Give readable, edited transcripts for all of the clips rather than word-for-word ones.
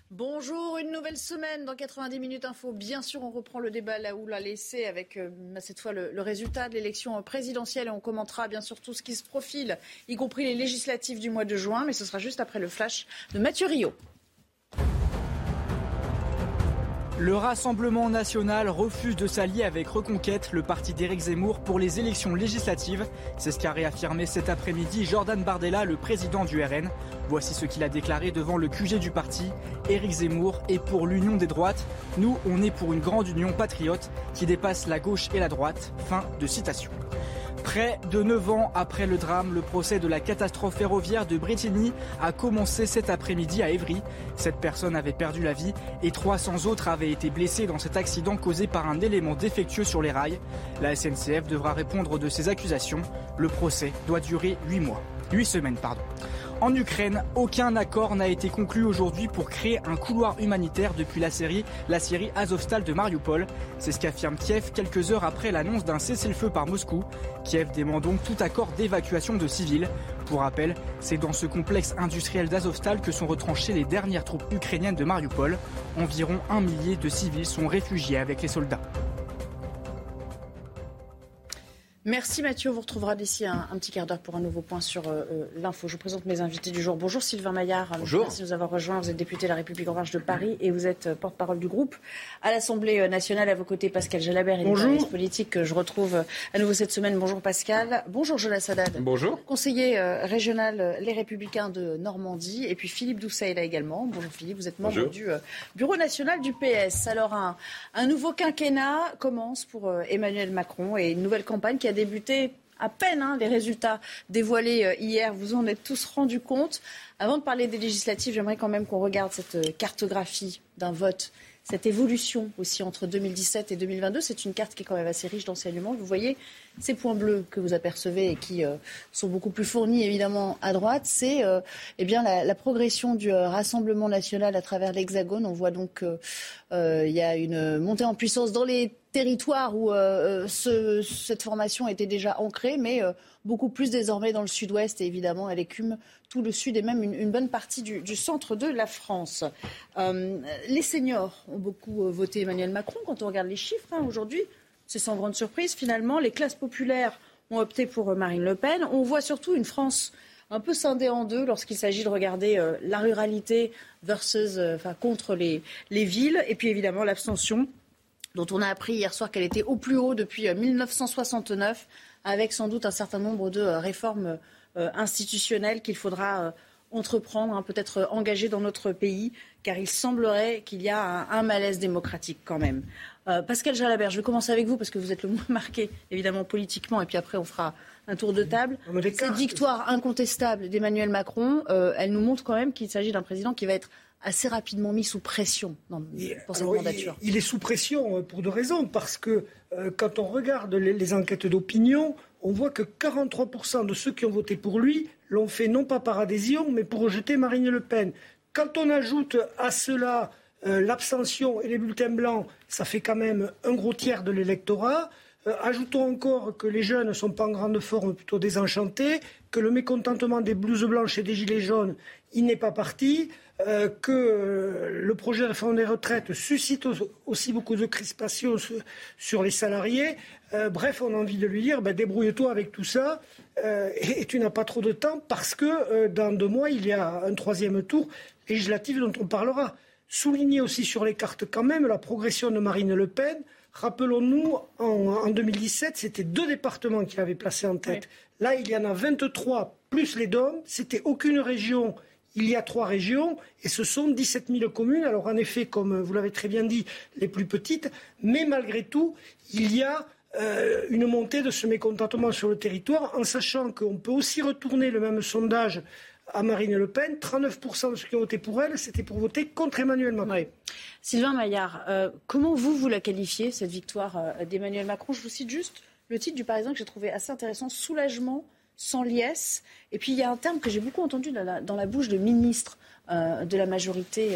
Bonjour, une nouvelle semaine dans 90 minutes info. Bien sûr, on reprend le débat là où l'a laissé avec cette fois le résultat de l'élection présidentielle et on commentera bien sûr tout ce qui se profile, y compris les législatives du mois de juin, mais ce sera juste après le flash de Mathieu Rio. Le Rassemblement national refuse de s'allier avec Reconquête, le parti d'Éric Zemmour, pour les élections législatives. C'est ce qu'a réaffirmé cet après-midi Jordan Bardella, le président du RN. Voici ce qu'il a déclaré devant le QG du parti. Éric Zemmour est pour l'union des droites. Nous, on est pour une grande union patriote qui dépasse la gauche et la droite. Fin de citation. Près de 9 ans après le drame, le procès de la catastrophe ferroviaire de Brétigny a commencé cet après-midi à Évry. 7 personnes avaient perdu la vie et 300 autres avaient été blessées dans cet accident causé par un élément défectueux sur les rails. La SNCF devra répondre de ces accusations. Le procès doit durer 8 semaines. En Ukraine, aucun accord n'a été conclu aujourd'hui pour créer un couloir humanitaire depuis la Syrie Azovstal de Mariupol. C'est ce qu'affirme Kiev quelques heures après l'annonce d'un cessez-le-feu par Moscou. Kiev demande donc tout accord d'évacuation de civils. Pour rappel, c'est dans ce complexe industriel d'Azovstal que sont retranchées les dernières troupes ukrainiennes de Mariupol. Environ 1 millier de civils sont réfugiés avec les soldats. Merci Mathieu, on vous retrouvera d'ici un petit quart d'heure pour un nouveau point sur l'info. Je vous présente mes invités du jour. Bonjour Sylvain Maillard. Bonjour. Merci de nous avoir rejoints. Vous êtes député de La République En Marche de Paris et vous êtes porte-parole du groupe à l'Assemblée nationale. À vos côtés, Pascal Jalabert, éditorialiste politique que je retrouve à nouveau cette semaine. Bonjour Pascal. Bonjour Jonas Haddad. Bonjour. Conseiller régional Les Républicains de Normandie. Et puis Philippe Doucet est là également. Bonjour Philippe, vous êtes membre du Bureau national du PS. Alors un nouveau quinquennat commence pour Emmanuel Macron et une nouvelle campagne qui a débuté à peine, les résultats dévoilés hier, vous en êtes tous rendus compte. Avant de parler des législatives, j'aimerais quand même qu'on regarde cette cartographie d'un vote, cette évolution aussi entre 2017 et 2022. C'est une carte qui est quand même assez riche d'enseignements. Vous voyez ces points bleus que vous apercevez et qui sont beaucoup plus fournis évidemment à droite. C'est la progression du Rassemblement national à travers l'Hexagone. On voit donc il y a une montée en puissance dans les territoires où cette formation était déjà ancrée, mais beaucoup plus désormais dans le sud-ouest et évidemment elle écume tout le sud et même une bonne partie du centre de la France. Les seniors ont beaucoup voté Emmanuel Macron. Quand on regarde les chiffres aujourd'hui, c'est sans grande surprise finalement. Les classes populaires ont opté pour Marine Le Pen. On voit surtout une France un peu scindée en deux lorsqu'il s'agit de regarder la ruralité contre les villes et puis évidemment l'abstention, dont on a appris hier soir qu'elle était au plus haut depuis 1969, avec sans doute un certain nombre de réformes institutionnelles qu'il faudra entreprendre, peut-être engager dans notre pays, car il semblerait qu'il y a un malaise démocratique quand même. Pascal Jalabert, je vais commencer avec vous parce que vous êtes le moins marqué, évidemment, politiquement, et puis après on fera un tour de table. Cette victoire incontestable d'Emmanuel Macron, elle nous montre quand même qu'il s'agit d'un président qui va être assez rapidement mis sous pression pour cette mandature. Il est sous pression pour deux raisons. Parce que quand on regarde les enquêtes d'opinion, on voit que 43% de ceux qui ont voté pour lui l'ont fait non pas par adhésion, mais pour rejeter Marine Le Pen. Quand on ajoute à cela l'abstention et les bulletins blancs, ça fait quand même un gros tiers de l'électorat. Ajoutons encore que les jeunes ne sont pas en grande forme, plutôt désenchantés, que le mécontentement des blouses blanches et des gilets jaunes, il n'est pas parti, que le projet de réforme des retraites suscite aussi beaucoup de crispation sur les salariés. Bref, on a envie de lui dire, débrouille-toi avec tout ça et tu n'as pas trop de temps parce que dans 2 mois, il y a un 3e tour législatif dont on parlera. Souligner aussi sur les cartes quand même la progression de Marine Le Pen. Rappelons-nous, en 2017, c'était 2 départements qui l'avaient placé en tête. Oui. Là, il y en a 23, plus les DOM. C'était aucune région. Il y a 3 régions et ce sont 17 000 communes. Alors, en effet, comme vous l'avez très bien dit, les plus petites. Mais malgré tout, il y a une montée de ce mécontentement sur le territoire, en sachant qu'on peut aussi retourner le même sondage à Marine Le Pen. 39% de ceux qui ont voté pour elle, c'était pour voter contre Emmanuel Macron. Oui. Sylvain Maillard, comment vous la qualifiez, cette victoire d'Emmanuel Macron? Je vous cite juste le titre du Parisien que j'ai trouvé assez intéressant, soulagement sans liesse. Et puis il y a un terme que j'ai beaucoup entendu dans la bouche de ministres de la majorité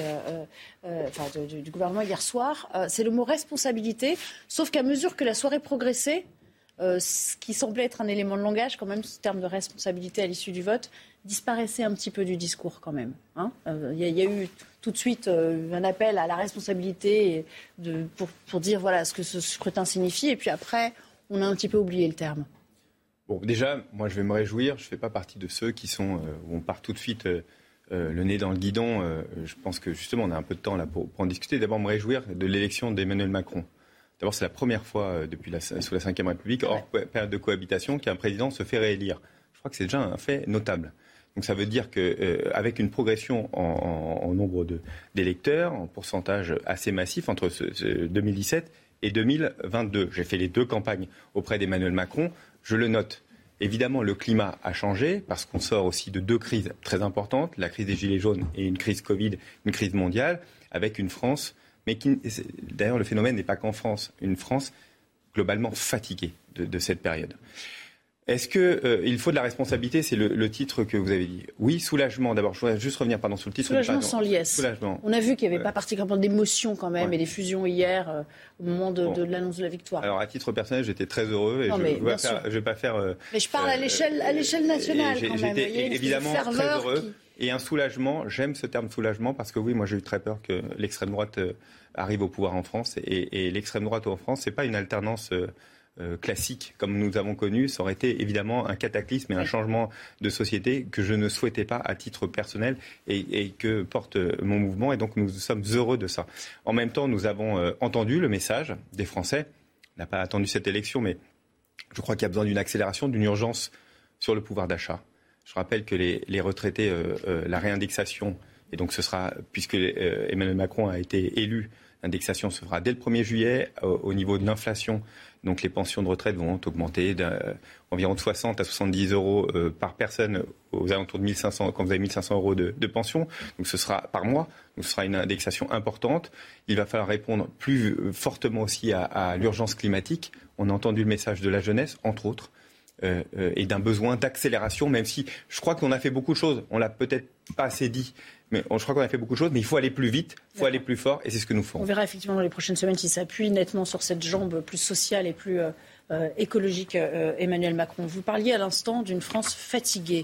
du gouvernement hier soir, c'est le mot responsabilité, sauf qu'à mesure que la soirée progressait, ce qui semblait être un élément de langage, quand même, ce terme de responsabilité à l'issue du vote, disparaissait un petit peu du discours quand même. Il y a eu tout de suite un appel à la responsabilité pour dire voilà ce que ce scrutin signifie. Et puis après, on a un petit peu oublié le terme. Bon, déjà, moi, je vais me réjouir. Je ne fais pas partie de ceux qui sont où on part tout de suite le nez dans le guidon. Je pense que justement, on a un peu de temps là pour en discuter. D'abord, me réjouir de l'élection d'Emmanuel Macron. D'abord, c'est la première fois sous la Ve République, hors période de cohabitation, qu'un président se fait réélire. Je crois que c'est déjà un fait notable. Donc ça veut dire qu'avec une progression en nombre d'électeurs, en pourcentage assez massif entre 2017 et 2022, j'ai fait les 2 campagnes auprès d'Emmanuel Macron, je le note. Évidemment, le climat a changé parce qu'on sort aussi de 2 crises très importantes, la crise des Gilets jaunes et une crise Covid, une crise mondiale, avec une France, mais d'ailleurs le phénomène n'est pas qu'en France, une France globalement fatiguée de cette période. Est-ce qu'il faut de la responsabilité ? C'est le titre que vous avez dit. Oui, soulagement. D'abord, je voudrais juste revenir sur le titre. Soulagement sans liesse. Soulagement. On a vu qu'il n'y avait pas particulièrement d'émotion quand même et des fusions hier au moment de l'annonce de la victoire. Alors, à titre personnel, j'étais très heureux et je ne vais pas faire... mais je parle à l'échelle nationale quand même. J'étais évidemment très heureux. Et un soulagement, j'aime ce terme soulagement parce que oui, moi j'ai eu très peur que l'extrême droite arrive au pouvoir en France. Et l'extrême droite en France, ce n'est pas une alternance... classique, comme nous avons connu, ça aurait été évidemment un cataclysme et un changement de société que je ne souhaitais pas à titre personnel et que porte mon mouvement. Et donc nous sommes heureux de ça. En même temps, nous avons entendu le message des Français. On n'a pas attendu cette élection, mais je crois qu'il y a besoin d'une accélération, d'une urgence sur le pouvoir d'achat. Je rappelle que les retraités, la réindexation, et donc ce sera, puisque Emmanuel Macron a été élu, l'indexation se fera dès le 1er juillet au niveau de l'inflation. Donc les pensions de retraite vont augmenter d'environ 60 à 70 euros par personne aux alentours de 1500, quand vous avez 1500 euros de pension. Donc ce sera par mois. Donc ce sera une indexation importante. Il va falloir répondre plus fortement aussi à l'urgence climatique. On a entendu le message de la jeunesse, entre autres. Et d'un besoin d'accélération, même si je crois qu'on a fait beaucoup de choses. On l'a peut-être pas assez dit, mais je crois qu'on a fait beaucoup de choses, mais il faut aller plus vite, il faut aller plus fort, et c'est ce que nous ferons. On verra effectivement dans les prochaines semaines s'il s'appuie nettement sur cette jambe plus sociale et plus écologique, Emmanuel Macron. Vous parliez à l'instant d'une France fatiguée.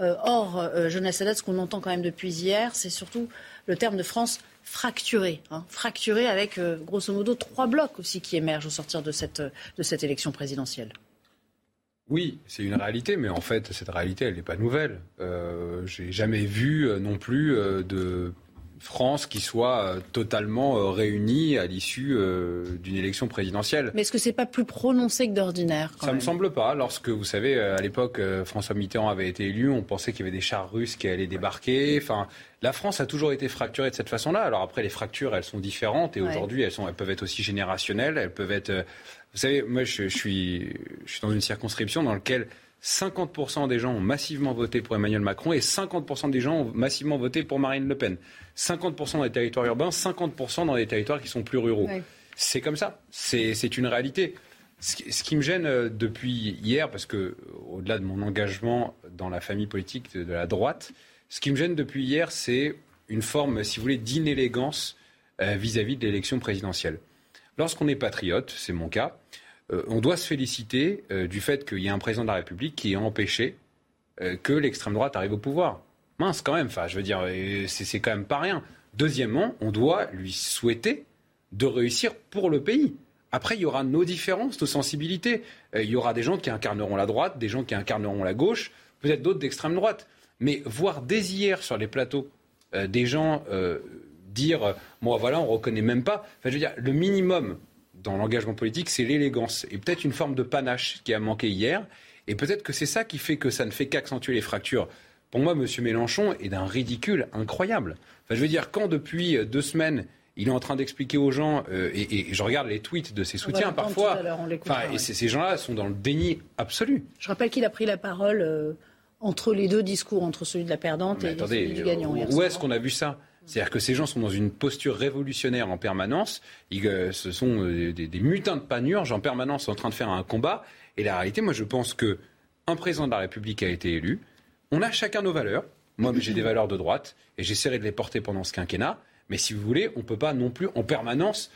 Or, Jonas Haddad, ce qu'on entend quand même depuis hier, c'est surtout le terme de France fracturée. Fracturée avec, grosso modo, 3 blocs aussi qui émergent au sortir de cette élection présidentielle. Oui, c'est une réalité, mais en fait, cette réalité, elle n'est pas nouvelle. J'ai jamais vu non plus de France qui soit totalement réunie à l'issue d'une élection présidentielle. Mais est-ce que c'est pas plus prononcé que d'ordinaire quand même ? Ça me semble pas. Lorsque, vous savez, à l'époque, François Mitterrand avait été élu, on pensait qu'il y avait des chars russes qui allaient débarquer. Enfin, la France a toujours été fracturée de cette façon-là. Alors après, les fractures, elles sont différentes et aujourd'hui, elles peuvent être aussi générationnelles. Elles peuvent être... Vous savez, moi, je suis dans une circonscription dans laquelle 50% des gens ont massivement voté pour Emmanuel Macron et 50% des gens ont massivement voté pour Marine Le Pen. 50% dans les territoires urbains, 50% dans les territoires qui sont plus ruraux. Ouais. C'est comme ça. C'est une réalité. Ce qui me gêne depuis hier, parce que au-delà de mon engagement dans la famille politique de la droite, ce qui me gêne depuis hier, c'est une forme, si vous voulez, d'inélégance vis-à-vis de l'élection présidentielle. Lorsqu'on est patriote, c'est mon cas, on doit se féliciter du fait qu'il y ait un président de la République qui ait empêché que l'extrême droite arrive au pouvoir. Mince quand même, enfin, je veux dire, c'est quand même pas rien. Deuxièmement, on doit lui souhaiter de réussir pour le pays. Après, il y aura nos différences, nos sensibilités. Il y aura des gens qui incarneront la droite, des gens qui incarneront la gauche, peut-être d'autres d'extrême droite. Mais voir dès hier sur les plateaux des gens... dire, moi voilà, on ne reconnaît même pas. Enfin, je veux dire, le minimum dans l'engagement politique, c'est l'élégance. Et peut-être une forme de panache qui a manqué hier. Et peut-être que c'est ça qui fait que ça ne fait qu'accentuer les fractures. Pour moi, M. Mélenchon est d'un ridicule incroyable. Enfin, je veux dire, quand depuis 2 semaines, il est en train d'expliquer aux gens, et je regarde les tweets de ses soutiens parfois, et ces gens-là sont dans le déni absolu. Je rappelle qu'il a pris la parole entre les 2 discours, entre celui de la perdante et celui du gagnant. Où est-ce qu'on a vu ça ? C'est-à-dire que ces gens sont dans une posture révolutionnaire en permanence. Ce sont des mutins de panurge en permanence en train de faire un combat. Et la réalité, moi, je pense qu'un président de la République a été élu. On a chacun nos valeurs. Moi, j'ai des valeurs de droite et j'essaierai de les porter pendant ce quinquennat. Mais si vous voulez, on ne peut pas non plus en permanence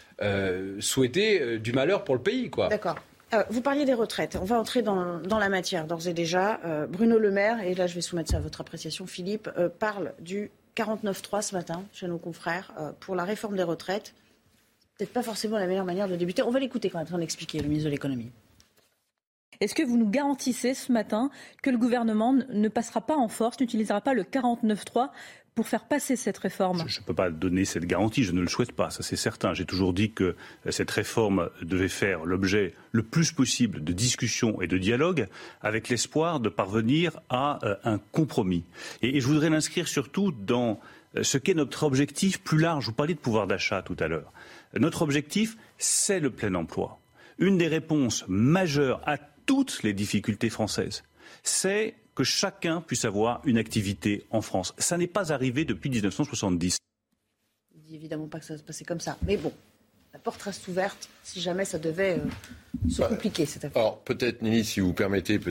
souhaiter du malheur pour le pays, quoi. D'accord. Vous parliez des retraites. On va entrer dans la matière d'ores et déjà. Bruno Le Maire, et là je vais soumettre ça à votre appréciation, Philippe, parle du 49.3 ce matin chez nos confrères pour la réforme des retraites. Peut-être pas forcément la meilleure manière de débuter. On va l'écouter quand même, en expliquer, le ministre de l'économie. Est-ce que vous nous garantissez ce matin que le gouvernement ne passera pas en force, n'utilisera pas le 49.3 pour faire passer cette réforme ? Je ne peux pas donner cette garantie, je ne le souhaite pas, ça c'est certain. J'ai toujours dit que cette réforme devait faire l'objet le plus possible de discussions et de dialogues avec l'espoir de parvenir à un compromis. Et je voudrais l'inscrire surtout dans ce qu'est notre objectif plus large. Vous parliez de pouvoir d'achat tout à l'heure. Notre objectif, c'est le plein emploi. Une des réponses majeures à toutes les difficultés françaises, c'est que chacun puisse avoir une activité en France. Ça n'est pas arrivé depuis 1970. Il ne dit évidemment pas que ça va se passer comme ça. Mais bon, la porte reste ouverte si jamais ça devait se compliquer, cette affaire. Alors, peut-être, Nelly, si vous permettez,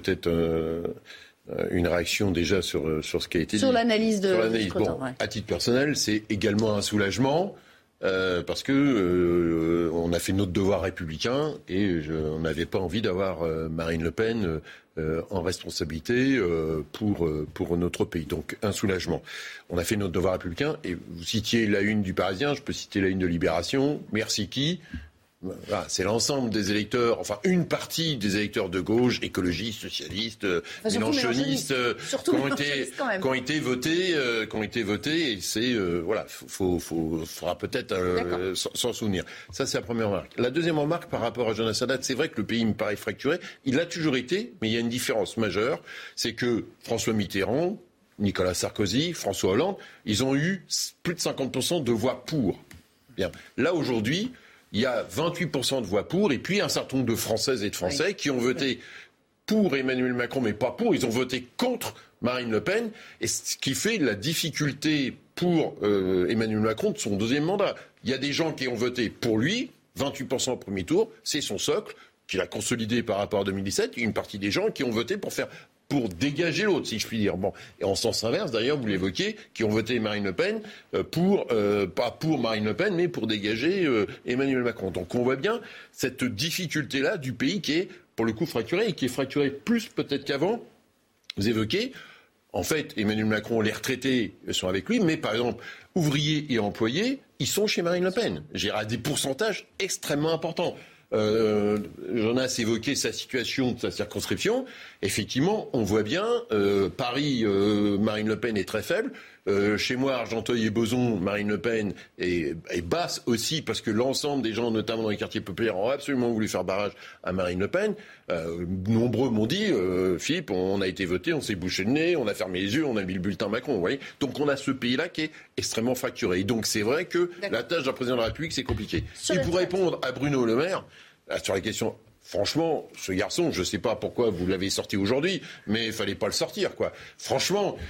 une réaction déjà sur ce qui a été dit. Sur l'analyse du scrutin. Bon, à titre personnel, c'est également un soulagement. Parce que on a fait notre devoir républicain et on n'avait pas envie d'avoir Marine Le Pen en responsabilité pour notre pays. Donc un soulagement. On a fait notre devoir républicain et vous citiez la une du Parisien, je peux citer la une de Libération. Merci qui ? Voilà, c'est l'ensemble des électeurs, enfin une partie des électeurs de gauche, écoulogistes, socialistes, mélenchonistes, qui ont été votés, et c'est voilà, faudra peut-être s'en souvenir. Ça, c'est la première remarque. La deuxième remarque par rapport à Jonas Sadat, c'est vrai que le pays me paraît fracturé. Il a toujours été, mais il y a une différence majeure, c'est que François Mitterrand, Nicolas Sarkozy, François Hollande, ils ont eu plus de 50% de voix pour. Bien. Là aujourd'hui, il y a 28% de voix pour, et puis un certain nombre de Françaises et de Français qui ont voté pour Emmanuel Macron, mais pas pour. Ils ont voté contre Marine Le Pen, et ce qui fait la difficulté pour Emmanuel Macron de son deuxième mandat. Il y a des gens qui ont voté pour lui, 28% au premier tour, c'est son socle, qu'il a consolidé par rapport à 2017, une partie des gens qui ont voté pour dégager l'autre, si je puis dire. Bon. Et en sens inverse, d'ailleurs, vous l'évoquiez, qui ont voté Marine Le Pen, pas pour Marine Le Pen, mais pour dégager Emmanuel Macron. Donc on voit bien cette difficulté-là du pays qui est, pour le coup, fracturé, et qui est fracturé plus peut-être qu'avant. Vous évoquez, en fait, Emmanuel Macron, les retraités sont avec lui, mais par exemple, ouvriers et employés, ils sont chez Marine Le Pen. J'ai à des pourcentages extrêmement importants. Jonas évoquait sa situation de sa circonscription. Effectivement, on voit bien, Paris, Marine Le Pen est très faible. Chez moi, Argenteuil et Besançon, Marine Le Pen est basse aussi, parce que l'ensemble des gens, notamment dans les quartiers populaires, ont absolument voulu faire barrage à Marine Le Pen. Nombreux m'ont dit, Philippe, on a été voté, on s'est bouché le nez, on a fermé les yeux, on a mis le bulletin Macron. Vous voyez, donc on a ce pays-là qui est extrêmement fracturé. Et donc c'est vrai que la tâche d'un président de la République, c'est compliqué. Et pour répondre à Bruno Le Maire, sur la question... Franchement, ce garçon, je ne sais pas pourquoi vous l'avez sorti aujourd'hui, mais il fallait pas le sortir, quoi. Franchement,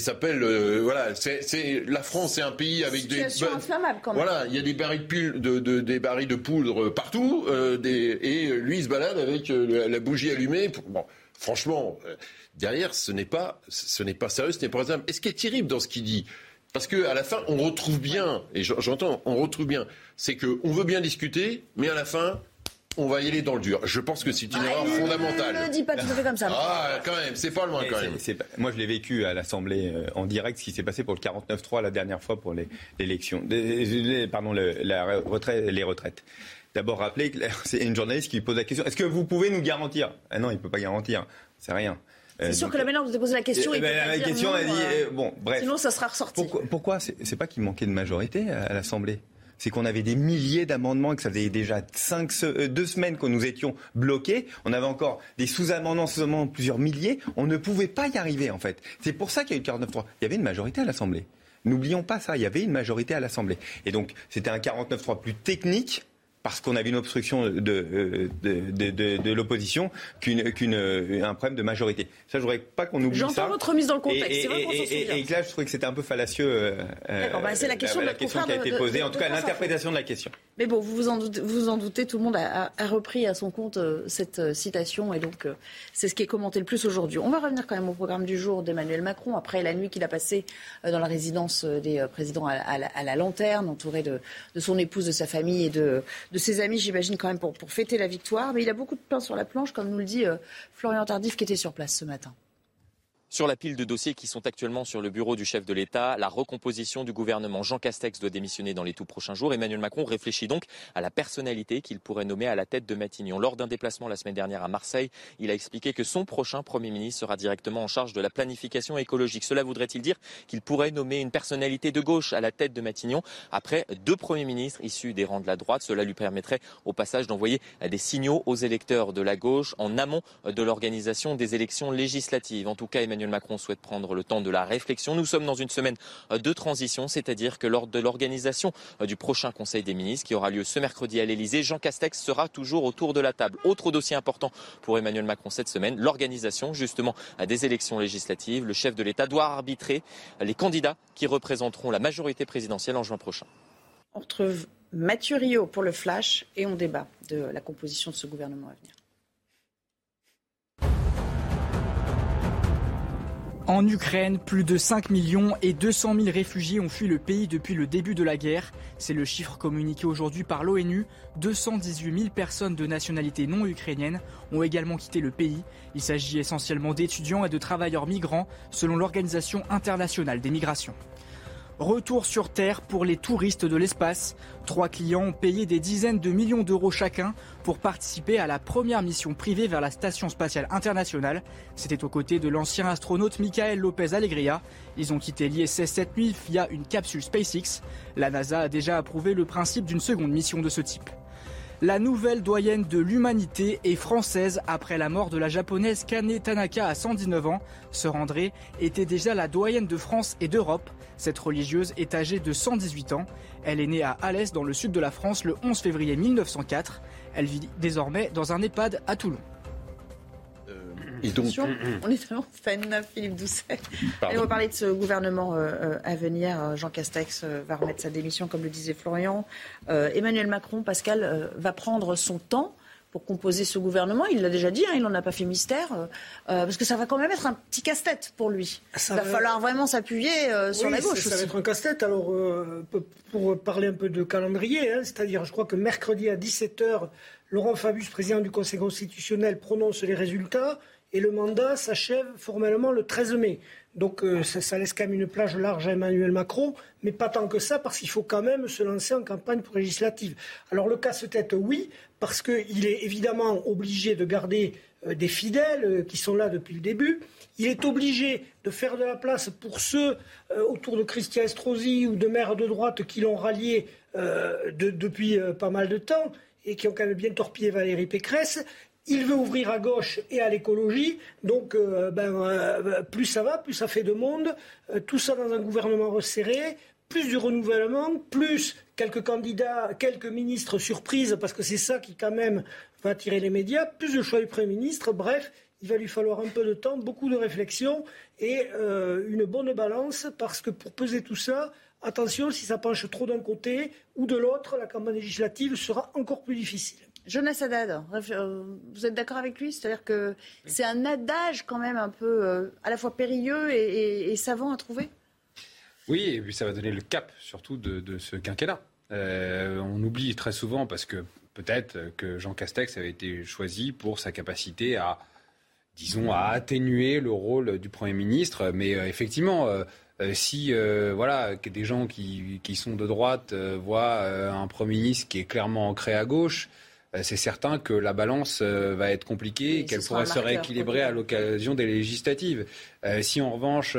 la France, c'est un pays avec des inflammable quand même. Voilà, il y a des barils des barils de poudre partout, et lui il se balade avec la bougie allumée. Bon, franchement, derrière, ce n'est pas sérieux, ce n'est pas raisonnable. Et ce qui est terrible dans ce qu'il dit, parce que à la fin, on retrouve bien, et j'entends, on retrouve bien, c'est que on veut bien discuter, mais à la fin, on va y aller dans le dur. Je pense que c'est une erreur fondamentale. Ne le dis pas tout à fait comme ça. Ah, quand même, c'est pas loin quand même. Moi, je l'ai vécu à l'Assemblée en direct, ce qui s'est passé pour le 49.3 la dernière fois pour l'élection. Les retraites. D'abord, rappeler que c'est une journaliste qui lui pose la question. Est-ce que vous pouvez nous garantir ? Ah non, il ne peut pas garantir. C'est rien. C'est sûr que la manière dont vous avez posé la question, la question a dit bon, bref. Sinon, ça sera ressorti. Pourquoi ? C'est pas qu'il manquait de majorité à l'Assemblée. C'est qu'on avait des milliers d'amendements et que ça faisait déjà 2 semaines que nous étions bloqués. On avait encore des sous-amendements, plusieurs milliers. On ne pouvait pas y arriver, en fait. C'est pour ça qu'il y a eu le 49.3. Il y avait une majorité à l'Assemblée. N'oublions pas ça. Il y avait une majorité à l'Assemblée. Et donc, c'était un 49.3 plus technique, parce qu'on avait une obstruction de l'opposition qu'un problème de majorité. Ça, je voudrais pas qu'on oublie ça. J'entends votre mise dans le contexte. C'est vrai qu'on s'en souvient. Et là, je trouvais que c'était un peu fallacieux. C'est la question, la question qui a été posée. En tout cas, l'interprétation de la question. Mais bon, vous vous en doutez, tout le monde a repris à son compte cette citation, et donc c'est ce qui est commenté le plus aujourd'hui. On va revenir quand même au programme du jour d'Emmanuel Macron, après la nuit qu'il a passée dans la résidence des présidents à la Lanterne, entouré de son épouse, de sa famille et de ses amis, j'imagine, quand même, pour fêter la victoire. Mais il a beaucoup de pain sur la planche, comme nous le dit Florian Tardif, qui était sur place ce matin. Sur la pile de dossiers qui sont actuellement sur le bureau du chef de l'État, la recomposition du gouvernement. Jean Castex doit démissionner dans les tout prochains jours. Emmanuel Macron réfléchit donc à la personnalité qu'il pourrait nommer à la tête de Matignon. Lors d'un déplacement la semaine dernière à Marseille, il a expliqué que son prochain Premier ministre sera directement en charge de la planification écologique. Cela voudrait-il dire qu'il pourrait nommer une personnalité de gauche à la tête de Matignon après 2 premiers ministres issus des rangs de la droite. Cela lui permettrait au passage d'envoyer des signaux aux électeurs de la gauche en amont de l'organisation des élections législatives. En tout cas, Emmanuel Macron souhaite prendre le temps de la réflexion. Nous sommes dans une semaine de transition, c'est-à-dire que lors de l'organisation du prochain Conseil des ministres qui aura lieu ce mercredi à l'Elysée, Jean Castex sera toujours autour de la table. Autre dossier important pour Emmanuel Macron cette semaine, l'organisation justement des élections législatives. Le chef de l'État doit arbitrer les candidats qui représenteront la majorité présidentielle en juin prochain. On retrouve Mathieu Rio pour le Flash et on débat de la composition de ce gouvernement à venir. En Ukraine, plus de 5 millions et 200 000 réfugiés ont fui le pays depuis le début de la guerre. C'est le chiffre communiqué aujourd'hui par l'ONU. 218 000 personnes de nationalité non ukrainienne ont également quitté le pays. Il s'agit essentiellement d'étudiants et de travailleurs migrants, selon l'Organisation internationale des migrations. Retour sur Terre pour les touristes de l'espace. 3 clients ont payé des dizaines de millions d'euros chacun pour participer à la première mission privée vers la Station spatiale internationale. C'était aux côtés de l'ancien astronaute Michael Lopez Alegria. Ils ont quitté l'ISS cette nuit via une capsule SpaceX. La NASA a déjà approuvé le principe d'une seconde mission de ce type. La nouvelle doyenne de l'humanité est française après la mort de la japonaise Kane Tanaka à 119 ans. Sœur André était déjà la doyenne de France et d'Europe. Cette religieuse est âgée de 118 ans. Elle est née à Alès dans le sud de la France le 11 février 1904. Elle vit désormais dans un EHPAD à Toulon. Et donc... On est tellement fan, Philippe Doucet. Et on va parler de ce gouvernement à venir. Jean Castex va remettre sa démission, comme le disait Florian. Emmanuel Macron, Pascal, va prendre son temps pour composer ce gouvernement. Il l'a déjà dit, il n'en a pas fait mystère. Parce que ça va quand même être un petit casse-tête pour lui. Il va falloir vraiment s'appuyer sur la gauche. Ça va être un casse-tête. Alors, pour parler un peu de calendrier, c'est-à-dire, je crois que mercredi à 17h, Laurent Fabius, président du Conseil constitutionnel, prononce les résultats. Et le mandat s'achève formellement le 13 mai. Donc ça laisse quand même une plage large à Emmanuel Macron, mais pas tant que ça, parce qu'il faut quand même se lancer en campagne pour législative. Alors le casse-tête, oui, parce qu'il est évidemment obligé de garder des fidèles qui sont là depuis le début. Il est obligé de faire de la place pour ceux autour de Christian Estrosi ou de maires de droite qui l'ont rallié depuis pas mal de temps et qui ont quand même bien torpillé Valérie Pécresse. Il veut ouvrir à gauche et à l'écologie, donc plus ça va, plus ça fait de monde, tout ça dans un gouvernement resserré, plus du renouvellement, plus quelques candidats, quelques ministres surprises, parce que c'est ça qui quand même va attirer les médias, plus le choix du Premier ministre, bref, il va lui falloir un peu de temps, beaucoup de réflexion et une bonne balance, parce que pour peser tout ça, attention, si ça penche trop d'un côté ou de l'autre, la campagne législative sera encore plus difficile. Jonas Haddad, vous êtes d'accord avec lui ? C'est-à-dire que c'est un adage quand même un peu à la fois périlleux et savant à trouver ? Oui, et puis ça va donner le cap surtout de ce quinquennat. On oublie très souvent parce que peut-être que Jean Castex avait été choisi pour sa capacité à, disons, à atténuer le rôle du Premier ministre. Mais effectivement, si que des gens qui sont de droite voient un Premier ministre qui est clairement ancré à gauche, c'est certain que la balance va être compliquée et qu'elle pourrait se rééquilibrer à l'occasion des législatives. Si en revanche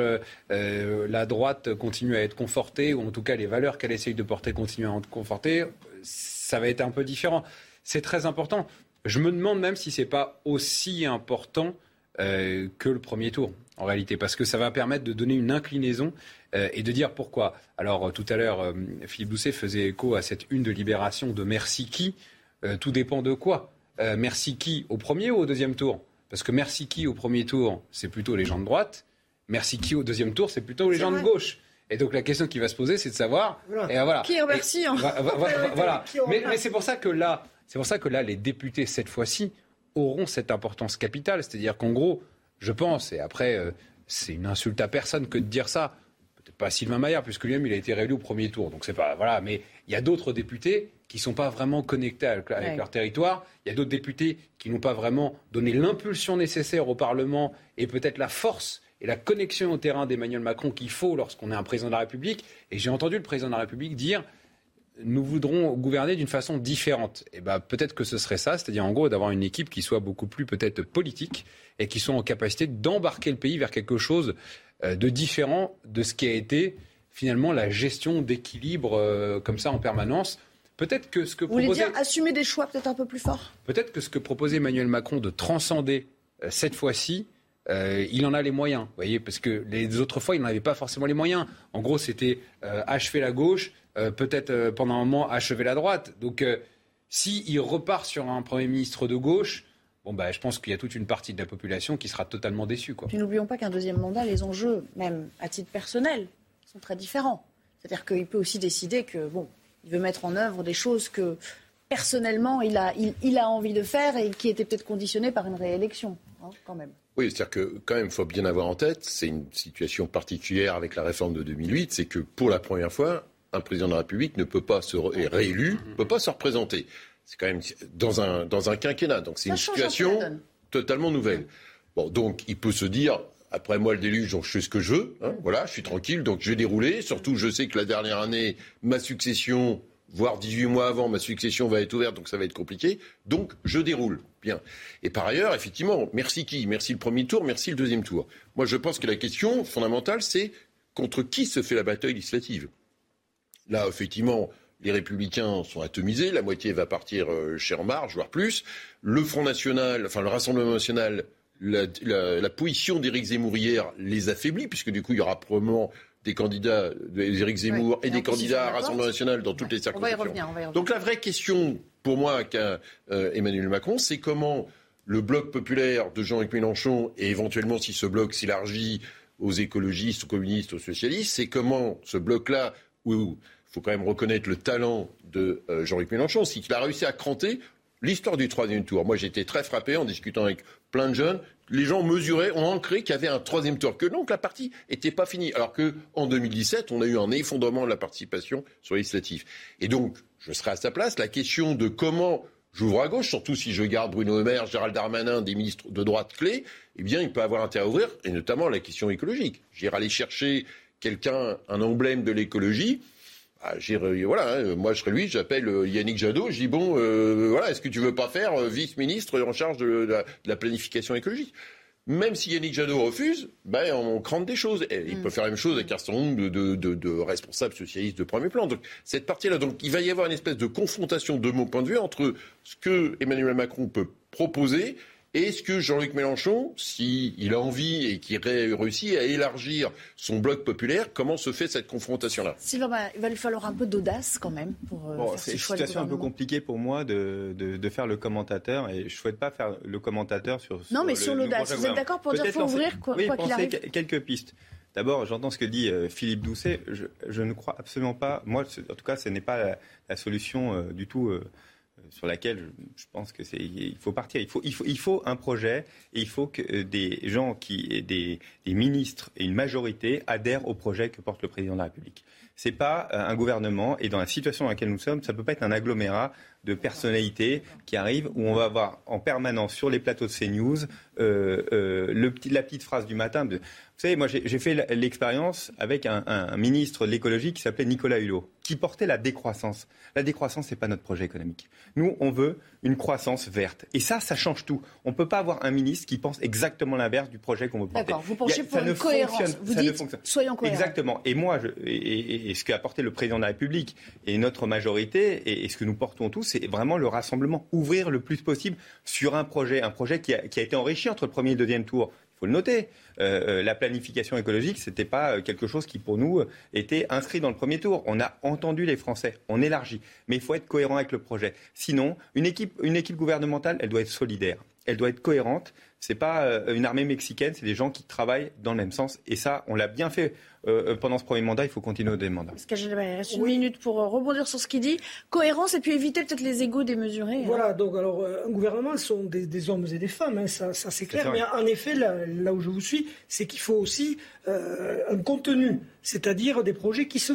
la droite continue à être confortée, ou en tout cas les valeurs qu'elle essaye de porter continuent à être confortées, ça va être un peu différent. C'est très important. Je me demande même si ce n'est pas aussi important que le premier tour, en réalité, parce que ça va permettre de donner une inclinaison et de dire pourquoi. Alors tout à l'heure, Philippe Doucet faisait écho à cette une de Libération de Merci qui. Tout dépend de quoi. Merci qui au premier ou au deuxième tour ? Parce que merci qui au premier tour, c'est plutôt les gens de droite. Merci qui au deuxième tour, c'est plutôt les gens de gauche. Et donc la question qui va se poser, c'est de savoir... Voilà. Qui remercie Voilà. Mais c'est pour ça que là, les députés, cette fois-ci, auront cette importance capitale. C'est-à-dire qu'en gros, je pense, et après, c'est une insulte à personne que de dire ça, peut-être pas Sylvain Maillard, puisque lui-même, il a été réélu au premier tour. Donc c'est pas... Voilà, mais il y a d'autres députés qui ne sont pas vraiment connectés avec leur territoire. Il y a d'autres députés qui n'ont pas vraiment donné l'impulsion nécessaire au Parlement et peut-être la force et la connexion au terrain d'Emmanuel Macron qu'il faut lorsqu'on est un président de la République. Et j'ai entendu le président de la République dire « nous voudrons gouverner d'une façon différente ». Et peut-être que ce serait ça, c'est-à-dire en gros d'avoir une équipe qui soit beaucoup plus peut-être politique et qui soit en capacité d'embarquer le pays vers quelque chose de différent de ce qui a été finalement la gestion d'équilibre comme ça en permanence. Peut-être que ce que Vous voulez dire assumer des choix peut-être un peu plus forts ? Peut-être que ce que proposait Emmanuel Macron de transcender cette fois-ci, il en a les moyens. Vous voyez, parce que les autres fois, il n'en avait pas forcément les moyens. En gros, c'était achever la gauche, peut-être pendant un moment achever la droite. Donc, s'il repart sur un Premier ministre de gauche, je pense qu'il y a toute une partie de la population qui sera totalement déçue. Puis n'oublions pas qu'un deuxième mandat, les enjeux, même à titre personnel, sont très différents. C'est-à-dire qu'il peut aussi décider que, il veut mettre en œuvre des choses que, personnellement, il a envie de faire et qui étaient peut-être conditionnées par une réélection, quand même. Oui, c'est-à-dire que, quand même, il faut bien avoir en tête, c'est une situation particulière avec la réforme de 2008, c'est que, pour la première fois, un président de la République ne peut pas est réélu, ne peut pas se représenter. C'est quand même dans un quinquennat, donc c'est une situation totalement nouvelle. Donc, il peut se dire... Après moi, le déluge, donc je fais ce que je veux. Voilà, je suis tranquille, donc je vais dérouler. Surtout, je sais que la dernière année, ma succession, voire 18 mois avant, ma succession va être ouverte, donc ça va être compliqué. Donc, je déroule. Bien. Et par ailleurs, effectivement, merci qui ? Merci le premier tour, merci le deuxième tour. Moi, je pense que la question fondamentale, c'est contre qui se fait la bataille législative ? Là, effectivement... Les Républicains sont atomisés, la moitié va partir chez En Marche, voire plus. Le Front National, enfin le Rassemblement National, la position d'Éric Zemmour hier les affaiblit, puisque du coup il y aura probablement des candidats d'Éric Zemmour et des candidats à Rassemblement National dans toutes les circonscriptions. On va y revenir. Donc la vraie question pour moi qu'a Emmanuel Macron, c'est comment le bloc populaire de Jean-Luc Mélenchon, et éventuellement si ce bloc s'élargit aux écologistes, aux communistes, aux socialistes, c'est comment ce bloc-là, où il faut quand même reconnaître le talent de Jean-Luc Mélenchon, c'est qu'il a réussi à cranter l'histoire du troisième tour. Moi, j'ai été très frappé en discutant avec plein de jeunes. Les gens mesuraient, ont ancré qu'il y avait un troisième tour, que donc la partie n'était pas finie. Alors qu'en 2017, on a eu un effondrement de la participation sur les législatives. Et donc, je serai à sa place. La question de comment j'ouvre à gauche, surtout si je garde Bruno Le Maire, Gérald Darmanin, des ministres de droite clés, eh bien, il peut avoir intérêt à ouvrir, et notamment la question écologique. J'irai aller chercher quelqu'un, un emblème de l'écologie. Moi je serais lui, j'appelle Yannick Jadot, je dis est-ce que tu veux pas faire vice-ministre en charge de la planification écologique ? Même si Yannick Jadot refuse, on crante des choses. Et il peut faire la même chose avec un certain nombre de responsables socialistes de premier plan. Donc cette partie-là, donc il va y avoir une espèce de confrontation de mon point de vue entre ce que Emmanuel Macron peut proposer et ce que Jean-Luc Mélenchon, s'il a envie et qu'il réussit à élargir son bloc populaire, comment se fait cette confrontation-là ? Sylvain, il va lui falloir un peu d'audace quand même pour faire ce choix. C'est une situation un peu compliquée pour moi de faire le commentateur, et je ne souhaite pas faire le commentateur sur Non, mais sur l'audace, vous êtes d'accord pour dire qu'il faut ouvrir quoi qu'il arrive ? Quelques pistes. D'abord, j'entends ce que dit Philippe Doucet. Je ne crois absolument pas, moi en tout cas, ce n'est pas la solution du tout... sur laquelle je pense que il faut partir. Il faut un projet, et il faut que des gens des ministres et une majorité adhèrent au projet que porte le président de la République. C'est pas un gouvernement, et dans la situation dans laquelle nous sommes, ça peut pas être un agglomérat de personnalités qui arrivent, où on va avoir en permanence sur les plateaux de CNews la petite phrase du matin. Vous savez, moi j'ai fait l'expérience avec un ministre de l'écologie qui s'appelait Nicolas Hulot, qui portait la décroissance. La décroissance, c'est pas notre projet économique. Nous, on veut une croissance verte. Et ça change tout. On peut pas avoir un ministre qui pense exactement l'inverse du projet qu'on veut porter. D'accord, vous penchez pour une cohérence. Vous dites, soyons cohérents. Exactement. Et moi, et ce qu'a apporté le président de la République et notre majorité, et ce que nous portons tous, c'est vraiment le rassemblement. Ouvrir le plus possible sur un projet qui a été enrichi entre le premier et le deuxième tour. Il faut le noter. La planification écologique, c'était pas quelque chose qui, pour nous, était inscrit dans le premier tour. On a entendu les Français, on élargit. Mais il faut être cohérent avec le projet. Sinon, une équipe gouvernementale, elle doit être solidaire. Elle doit être cohérente. C'est pas une armée mexicaine, c'est des gens qui travaillent dans le même sens. Et ça, on l'a bien fait pendant ce premier mandat. Il faut continuer au deuxième mandat. Parce qu'il reste une minute pour rebondir sur ce qu'il dit. Cohérence et puis éviter peut-être les égos démesurés. Voilà, donc alors un gouvernement, ce sont des hommes et des femmes, ça c'est clair. Mais en effet, là où je vous suis, c'est qu'il faut aussi un contenu, c'est-à-dire des projets qui se voient.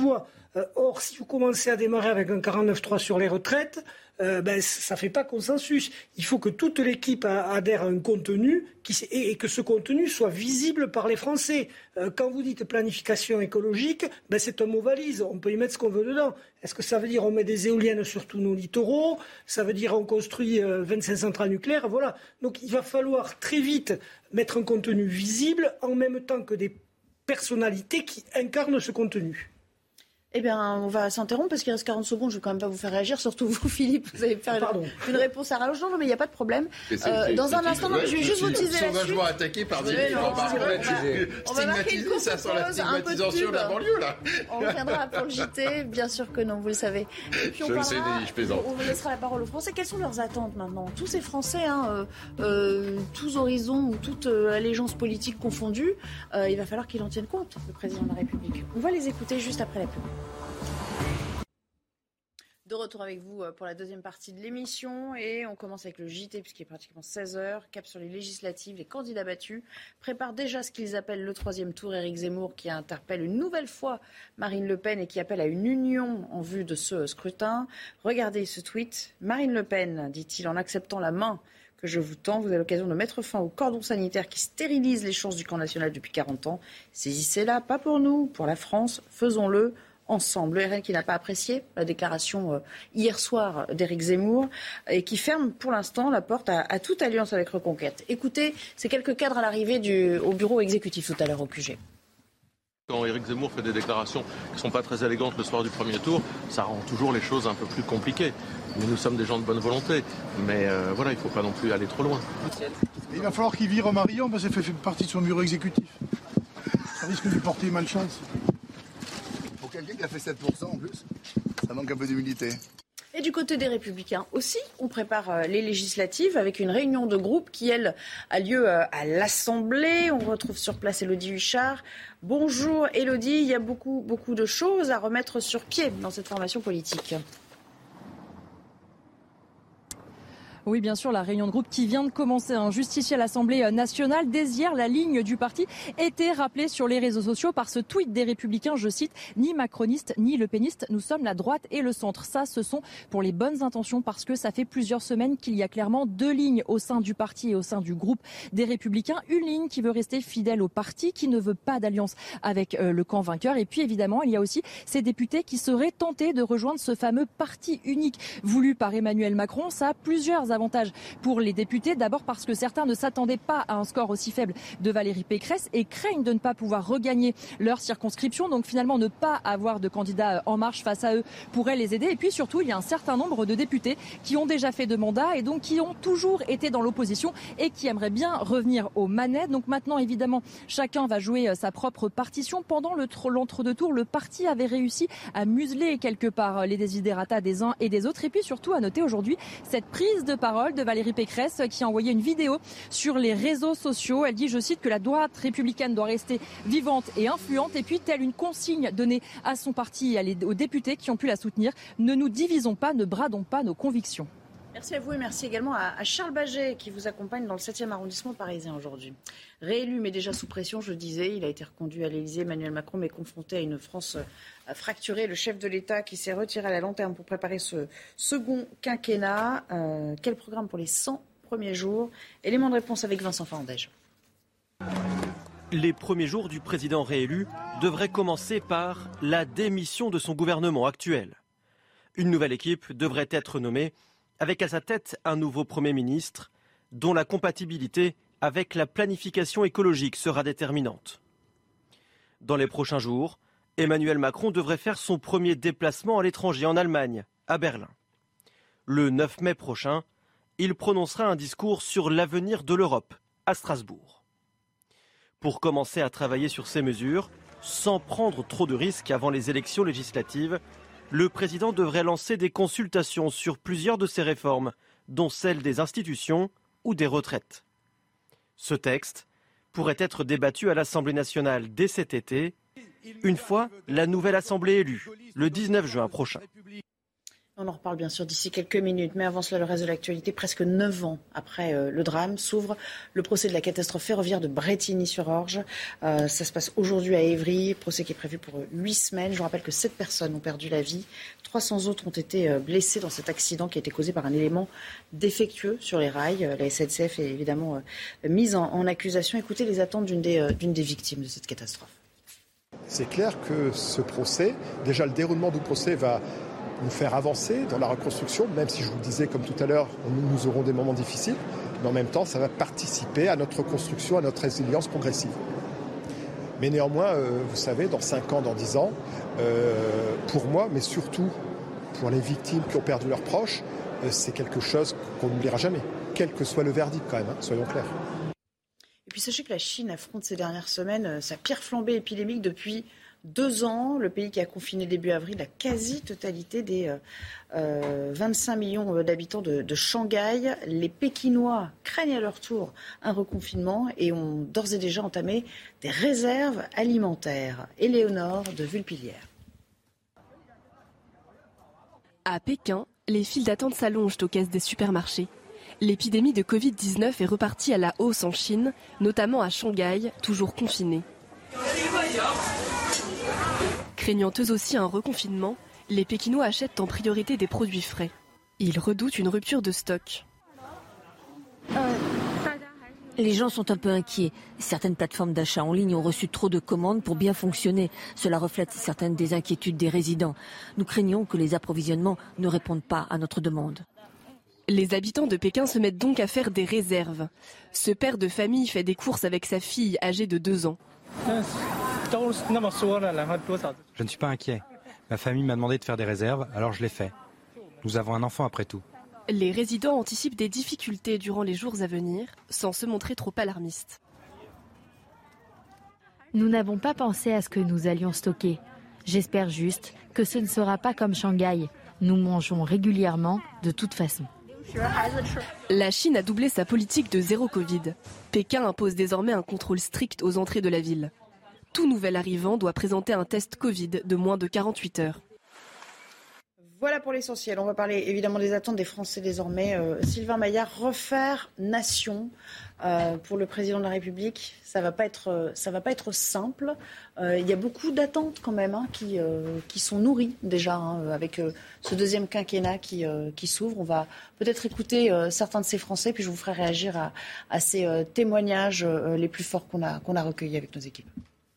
Or, si vous commencez à démarrer avec un 49-3 sur les retraites, ça ne fait pas consensus. Il faut que toute l'équipe adhère à un contenu et que ce contenu soit visible par les Français. Quand vous dites planification écologique, c'est un mot valise. On peut y mettre ce qu'on veut dedans. Est-ce que ça veut dire on met des éoliennes sur tous nos littoraux? Ça veut dire on construit 25 centrales nucléaires? Voilà. Donc il va falloir très vite mettre un contenu visible en même temps que des personnalités qui incarnent ce contenu. Eh bien, on va s'interrompre parce qu'il reste 40 secondes. Je ne vais quand même pas vous faire réagir, surtout vous, Philippe. Vous allez faire une réponse à rallonge. Non, mais il n'y a pas de problème. Dans un instant, je vais juste vous teaser la suite. Sauvagement attaqué par des on va marquer une courte ça sent la pause, stigmatisation de la banlieue, là. On reviendra pour le JT. Bien sûr que non, vous le savez. Et puis on vous laissera la parole aux Français. Quelles sont leurs attentes maintenant? Tous ces Français, tous horizons ou toute allégeance politique confondue, il va falloir qu'il en tienne compte, le président de la République. On va les écouter juste après la pub. De retour avec vous pour la deuxième partie de l'émission et on commence avec le JT puisqu'il est pratiquement 16h. Cap sur les législatives, les candidats battus préparent déjà ce qu'ils appellent le troisième tour. Éric Zemmour qui interpelle une nouvelle fois Marine Le Pen et qui appelle à une union en vue de ce scrutin. Regardez ce tweet. Marine Le Pen, dit-il, en acceptant la main que je vous tends, vous avez l'occasion de mettre fin au cordon sanitaire qui stérilise les chances du camp national depuis 40 ans. Saisissez-la, pas pour nous, pour la France, faisons-le ensemble. Le RN qui n'a pas apprécié la déclaration hier soir d'Éric Zemmour et qui ferme pour l'instant la porte à toute alliance avec Reconquête. Écoutez, ces quelques cadres à l'arrivée au bureau exécutif tout à l'heure au QG. Quand Éric Zemmour fait des déclarations qui ne sont pas très élégantes le soir du premier tour, ça rend toujours les choses un peu plus compliquées. Mais nous sommes des gens de bonne volonté. Mais il ne faut pas non plus aller trop loin. Il va falloir qu'il vire Marion parce qu'elle fait partie de son bureau exécutif. Ça risque de lui porter malchance. Pour quelqu'un qui a fait 7% en plus, ça manque un peu d'humilité. Et du côté des Républicains aussi, on prépare les législatives avec une réunion de groupe qui, elle, a lieu à l'Assemblée. On retrouve sur place Élodie Huchard. Bonjour Élodie, il y a beaucoup de choses à remettre sur pied dans cette formation politique. Oui, bien sûr, la réunion de groupe qui vient de commencer. Un justicier à l'Assemblée nationale. Dès hier, la ligne du parti était rappelée sur les réseaux sociaux par ce tweet des Républicains. Je cite, ni macroniste ni lepéniste, nous sommes la droite et le centre. Ça, ce sont pour les bonnes intentions parce que ça fait plusieurs semaines qu'il y a clairement deux lignes au sein du parti et au sein du groupe des Républicains. Une ligne qui veut rester fidèle au parti, qui ne veut pas d'alliance avec le camp vainqueur. Et puis, évidemment, il y a aussi ces députés qui seraient tentés de rejoindre ce fameux parti unique voulu par Emmanuel Macron. Ça a plusieurs avantages pour les députés. D'abord parce que certains ne s'attendaient pas à un score aussi faible de Valérie Pécresse et craignent de ne pas pouvoir regagner leur circonscription. Donc finalement, ne pas avoir de candidats en marche face à eux pourrait les aider. Et puis surtout, il y a un certain nombre de députés qui ont déjà fait 2 mandats et donc qui ont toujours été dans l'opposition et qui aimeraient bien revenir aux manettes. Donc maintenant, évidemment, chacun va jouer sa propre partition. Pendant l'entre-deux tours, le parti avait réussi à museler quelque part les desiderata des uns et des autres. Et puis surtout, à noter aujourd'hui cette prise de parole de Valérie Pécresse qui a envoyé une vidéo sur les réseaux sociaux. Elle dit, je cite, que la droite républicaine doit rester vivante et influente. Et puis, telle une consigne donnée à son parti et aux députés qui ont pu la soutenir, ne nous divisons pas, ne bradons pas nos convictions. Merci à vous et merci également à Charles Baget qui vous accompagne dans le 7e arrondissement parisien aujourd'hui. Réélu mais déjà sous pression, je le disais, il a été reconduit à l'Élysée. Emmanuel Macron mais confronté à une France fracturée. Le chef de l'État qui s'est retiré à la lanterne pour préparer ce second quinquennat. Quel programme pour les 100 premiers jours? Élément de réponse avec Vincent Fandège. Les premiers jours du président réélu devraient commencer par la démission de son gouvernement actuel. Une nouvelle équipe devrait être nommée avec à sa tête un nouveau Premier ministre dont la compatibilité avec la planification écologique sera déterminante. Dans les prochains jours, Emmanuel Macron devrait faire son premier déplacement à l'étranger en Allemagne, à Berlin. Le 9 mai prochain, il prononcera un discours sur l'avenir de l'Europe, à Strasbourg. Pour commencer à travailler sur ces mesures, sans prendre trop de risques avant les élections législatives, le président devrait lancer des consultations sur plusieurs de ces réformes, dont celle des institutions ou des retraites. Ce texte pourrait être débattu à l'Assemblée nationale dès cet été, une fois la nouvelle Assemblée élue, le 19 juin prochain. On en reparle bien sûr d'ici quelques minutes, mais avant cela, le reste de l'actualité. Presque 9 ans après le drame, s'ouvre le procès de la catastrophe ferroviaire de Brétigny-sur-Orge. Ça se passe aujourd'hui à Évry, procès qui est prévu pour 8 semaines. Je vous rappelle que 7 personnes ont perdu la vie. 300 autres ont été blessés dans cet accident qui a été causé par un élément défectueux sur les rails. La SNCF est évidemment mise en accusation. Écoutez les attentes d'une des victimes de cette catastrophe. C'est clair que ce procès, déjà le déroulement du procès va nous faire avancer dans la reconstruction, même si je vous le disais comme tout à l'heure, nous aurons des moments difficiles, mais en même temps ça va participer à notre reconstruction, à notre résilience progressive. Mais néanmoins, vous savez, dans 5 ans, dans 10 ans, pour moi, mais surtout pour les victimes qui ont perdu leurs proches, c'est quelque chose qu'on n'oubliera jamais, quel que soit le verdict quand même, soyons clairs. Et puis sachez que la Chine affronte ces dernières semaines sa pire flambée épidémique depuis 2 ans. Le pays qui a confiné début avril la quasi-totalité des 25 millions d'habitants de Shanghai. Les Pékinois craignent à leur tour un reconfinement et ont d'ores et déjà entamé des réserves alimentaires. Éléonore de Vulpilière. À Pékin, les files d'attente s'allongent aux caisses des supermarchés. L'épidémie de Covid-19 est repartie à la hausse en Chine, notamment à Shanghai, toujours confinée. Craignant eux aussi un reconfinement, les Pékinois achètent en priorité des produits frais. Ils redoutent une rupture de stock. Les gens sont un peu inquiets. Certaines plateformes d'achat en ligne ont reçu trop de commandes pour bien fonctionner. Cela reflète certaines des inquiétudes des résidents. Nous craignons que les approvisionnements ne répondent pas à notre demande. Les habitants de Pékin se mettent donc à faire des réserves. Ce père de famille fait des courses avec sa fille âgée de 2 ans. Je ne suis pas inquiet. Ma famille m'a demandé de faire des réserves, alors je l'ai fait. Nous avons un enfant après tout. Les résidents anticipent des difficultés durant les jours à venir, sans se montrer trop alarmistes. Nous n'avons pas pensé à ce que nous allions stocker. J'espère juste que ce ne sera pas comme Shanghai. Nous mangeons régulièrement, de toute façon. La Chine a doublé sa politique de zéro Covid. Pékin impose désormais un contrôle strict aux entrées de la ville. Tout nouvel arrivant doit présenter un test Covid de moins de 48 heures. Voilà pour l'essentiel. On va parler évidemment des attentes des Français désormais. Sylvain Maillard, refaire nation pour le président de la République, ça va pas être simple. Il y a beaucoup d'attentes quand même qui sont nourries déjà avec ce deuxième quinquennat qui s'ouvre. On va peut-être écouter certains de ces Français, puis je vous ferai réagir à ces témoignages les plus forts qu'on a recueillis avec nos équipes.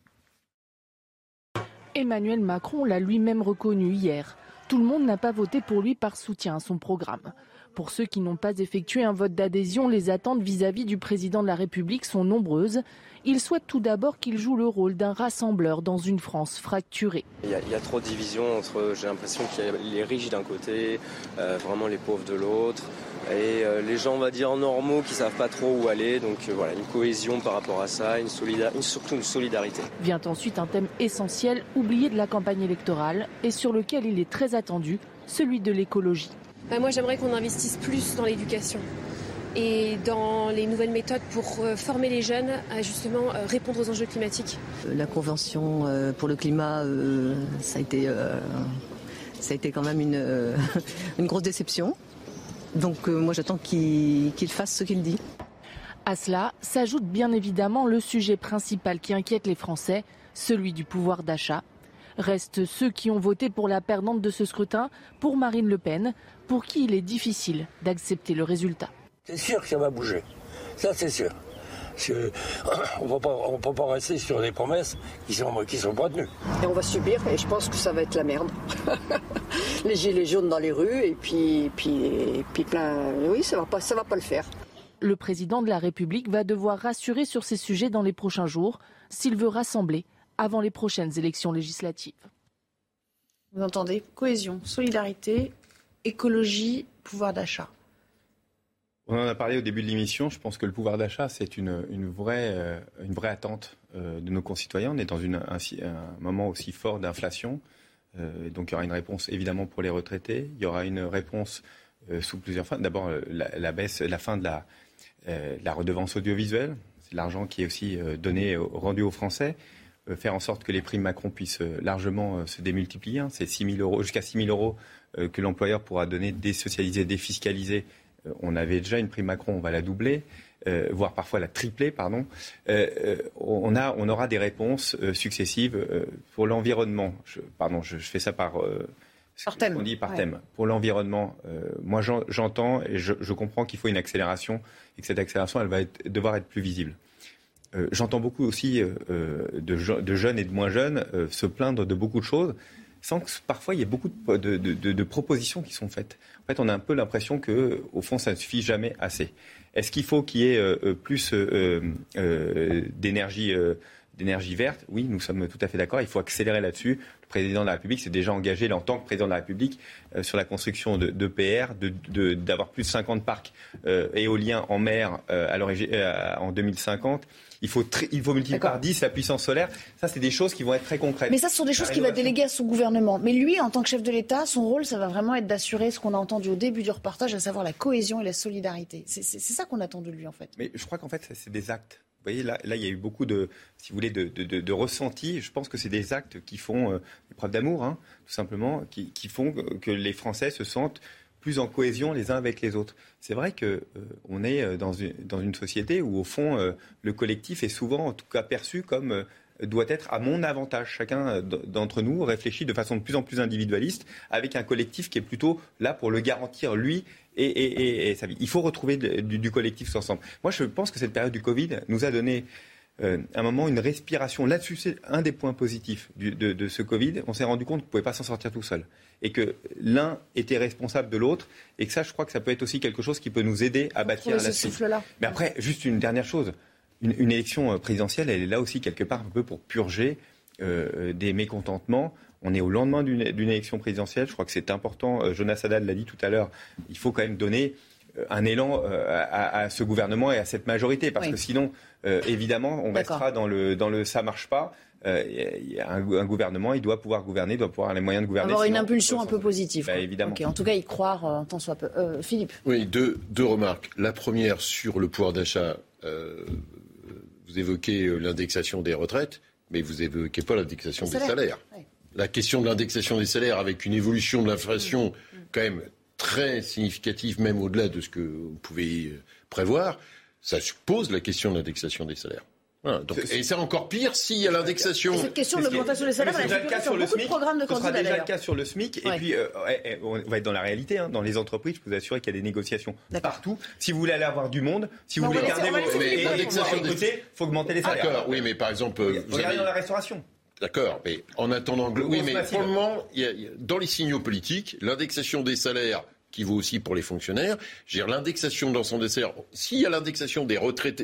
Emmanuel Macron l'a lui-même reconnu hier. Tout le monde n'a pas voté pour lui par soutien à son programme. Pour ceux qui n'ont pas effectué un vote d'adhésion, les attentes vis-à-vis du président de la République sont nombreuses. Il souhaite tout d'abord qu'il joue le rôle d'un rassembleur dans une France fracturée. Il y a trop de divisions entre, j'ai l'impression qu'il y a les riches d'un côté, vraiment les pauvres de l'autre, et les gens, on va dire, normaux qui ne savent pas trop où aller. Donc voilà, une cohésion par rapport à ça, surtout une solidarité. Vient ensuite un thème essentiel, oublié de la campagne électorale, et sur lequel il est très attendu, celui de l'écologie. Moi, j'aimerais qu'on investisse plus dans l'éducation et dans les nouvelles méthodes pour former les jeunes à justement répondre aux enjeux climatiques. La Convention pour le climat, ça a été quand même une grosse déception. Donc moi, j'attends qu'il fasse ce qu'il dit. À cela s'ajoute bien évidemment le sujet principal qui inquiète les Français, celui du pouvoir d'achat. Restent ceux qui ont voté pour la perdante de ce scrutin, pour Marine Le Pen, pour qui il est difficile d'accepter le résultat. C'est sûr que ça va bouger, ça c'est sûr. On ne peut pas rester sur des promesses qui sont pas tenues. Et on va subir, et je pense que ça va être la merde. Les gilets jaunes dans les rues, et puis plein... Oui, ça va pas le faire. Le président de la République va devoir rassurer sur ces sujets dans les prochains jours, s'il veut rassembler avant les prochaines élections législatives. Vous entendez ? Cohésion, solidarité, écologie, pouvoir d'achat. On en a parlé au début de l'émission. Je pense que le pouvoir d'achat, c'est une vraie attente de nos concitoyens. On est dans un moment aussi fort d'inflation. Donc il y aura une réponse évidemment pour les retraités. Il y aura une réponse sous plusieurs fins. D'abord la fin de la redevance audiovisuelle. C'est l'argent qui est aussi rendu aux Français. Faire en sorte que les primes Macron puissent largement se démultiplier. C'est 6 000 euros, jusqu'à 6 000 euros que l'employeur pourra donner, désocialiser, défiscaliser. On avait déjà une prime Macron, on va la doubler. Voire parfois la tripler, on aura des réponses successives pour l'environnement. Je fais ça par thème. On dit par thème. Pour l'environnement, moi j'entends et je comprends qu'il faut une accélération et que cette accélération, elle va devoir être plus visible. J'entends beaucoup aussi de jeunes et de moins jeunes se plaindre de beaucoup de choses, sans que parfois il y ait beaucoup de propositions qui sont faites. En fait, on a un peu l'impression que, au fond, ça ne suffit jamais assez. Est-ce qu'il faut qu'il y ait plus d'énergie verte ? Oui, nous sommes tout à fait d'accord. Il faut accélérer là-dessus. Le président de la République s'est déjà engagé, là, en tant que président de la République, sur la construction d'EPR, d'avoir plus de 50 parcs éoliens en mer en 2050. Il faut multiplier par 10 la puissance solaire. Ça, c'est des choses qui vont être très concrètes. Mais ça, ce sont des choses qu'il va déléguer à son gouvernement. Mais lui, en tant que chef de l'État, son rôle, ça va vraiment être d'assurer ce qu'on a entendu au début du reportage, à savoir la cohésion et la solidarité. C'est ça qu'on attend de lui, en fait. Mais je crois qu'en fait, c'est des actes. Vous voyez, là, il y a eu beaucoup de ressentis. Je pense que c'est des actes qui font des preuves d'amour, tout simplement, qui font que les Français se sentent plus en cohésion les uns avec les autres. C'est vrai qu'on est dans une société où, au fond, le collectif est souvent, en tout cas, perçu comme doit être à mon avantage. Chacun d'entre nous réfléchit de façon de plus en plus individualiste, avec un collectif qui est plutôt là pour le garantir, lui, et sa vie. Il faut retrouver du collectif ensemble. Moi, je pense que cette période du Covid nous a donné un moment, une respiration. Là-dessus, c'est un des points positifs de ce Covid. On s'est rendu compte qu'on ne pouvait pas s'en sortir tout seul. Et que l'un était responsable de l'autre. Et que ça, je crois que ça peut être aussi quelque chose qui peut nous aider à bâtir la suite. Mais après, juste une dernière chose. Une élection présidentielle, elle est là aussi quelque part un peu pour purger des mécontentements. On est au lendemain d'une élection présidentielle. Je crois que c'est important. Jonas Haddad l'a dit tout à l'heure. Il faut quand même donner un élan à ce gouvernement et à cette majorité. Parce que sinon, évidemment, on restera dans le ça marche pas. Un gouvernement, il doit pouvoir gouverner, il doit pouvoir avoir les moyens de gouverner. Avoir une impulsion un peu positive. Évidemment. Okay, en tout cas, y croire tant soit peu. Philippe. Oui, deux remarques. La première sur le pouvoir d'achat. Vous évoquez l'indexation des retraites, mais vous évoquez pas l'indexation des salaires. Ouais. La question de l'indexation des salaires avec une évolution de l'inflation quand même très significative, même au-delà de ce que vous pouvez prévoir, ça suppose la question de l'indexation des salaires. Voilà, donc, et c'est encore pire s'il y a l'indexation. Cette question de l'augmentation des salaires, elle a sur beaucoup de programmes de candidats. Ce sera déjà le cas sur le SMIC. Et puis, on va être dans la réalité. Dans les entreprises, je peux vous assurer qu'il y a des négociations partout. Si vous voulez aller avoir du monde, si vous voulez garder l'indexation des salaires, il faut augmenter les salaires. D'accord, oui, mais par exemple... Regardez dans la restauration. D'accord, mais en attendant... Oui, mais pour le moment, dans les signaux politiques, l'indexation des salaires... qui vaut aussi pour les fonctionnaires, l'indexation de l'ensemble des salaires. S'il y a l'indexation des retraites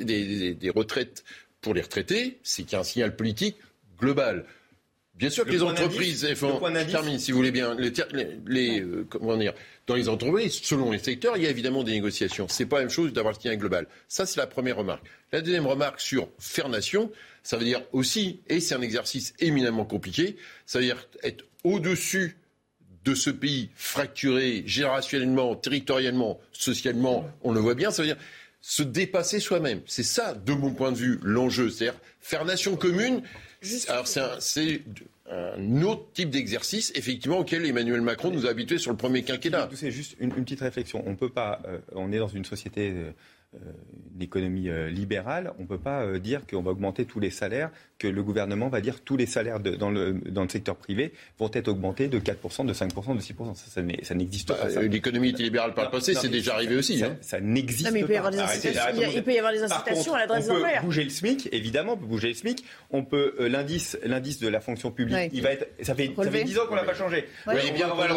pour les retraités, c'est qu'il y a un signal politique global. Bien sûr que les entreprises, je termine si vous voulez bien, comment dire, dans les entreprises, selon les secteurs, il y a évidemment des négociations. C'est pas la même chose d'avoir le signal global. Ça, c'est la première remarque. La deuxième remarque sur faire nation, ça veut dire aussi, et c'est un exercice éminemment compliqué, ça veut dire être au-dessus de ce pays fracturé générationnellement, territorialement, socialement, on le voit bien, ça veut dire se dépasser soi-même. C'est ça, de mon point de vue, l'enjeu. C'est-à-dire faire nation commune. Alors c'est un autre type d'exercice, effectivement, auquel Emmanuel Macron nous a habitués sur le premier quinquennat. C'est juste une petite réflexion. On peut pas. On est dans une société, une économie libérale. On peut pas dire qu'on va augmenter tous les salaires, que le gouvernement va dire tous les salaires dans le secteur privé vont être augmentés de 4%, de 5%, de 6%. Ça n'existe pas. L'économie libérale par le passé, c'est déjà arrivé aussi. Ça n'existe pas. Mais il peut y avoir des incitations. Il peut y avoir des incitations à l'adresse des employeurs. On peut bouger le SMIC, évidemment. On peut bouger le SMIC. On peut l'indice de la fonction publique. Il va être. Ça fait 10 ans qu'on l'a pas changé. Vous voyez bien qu'on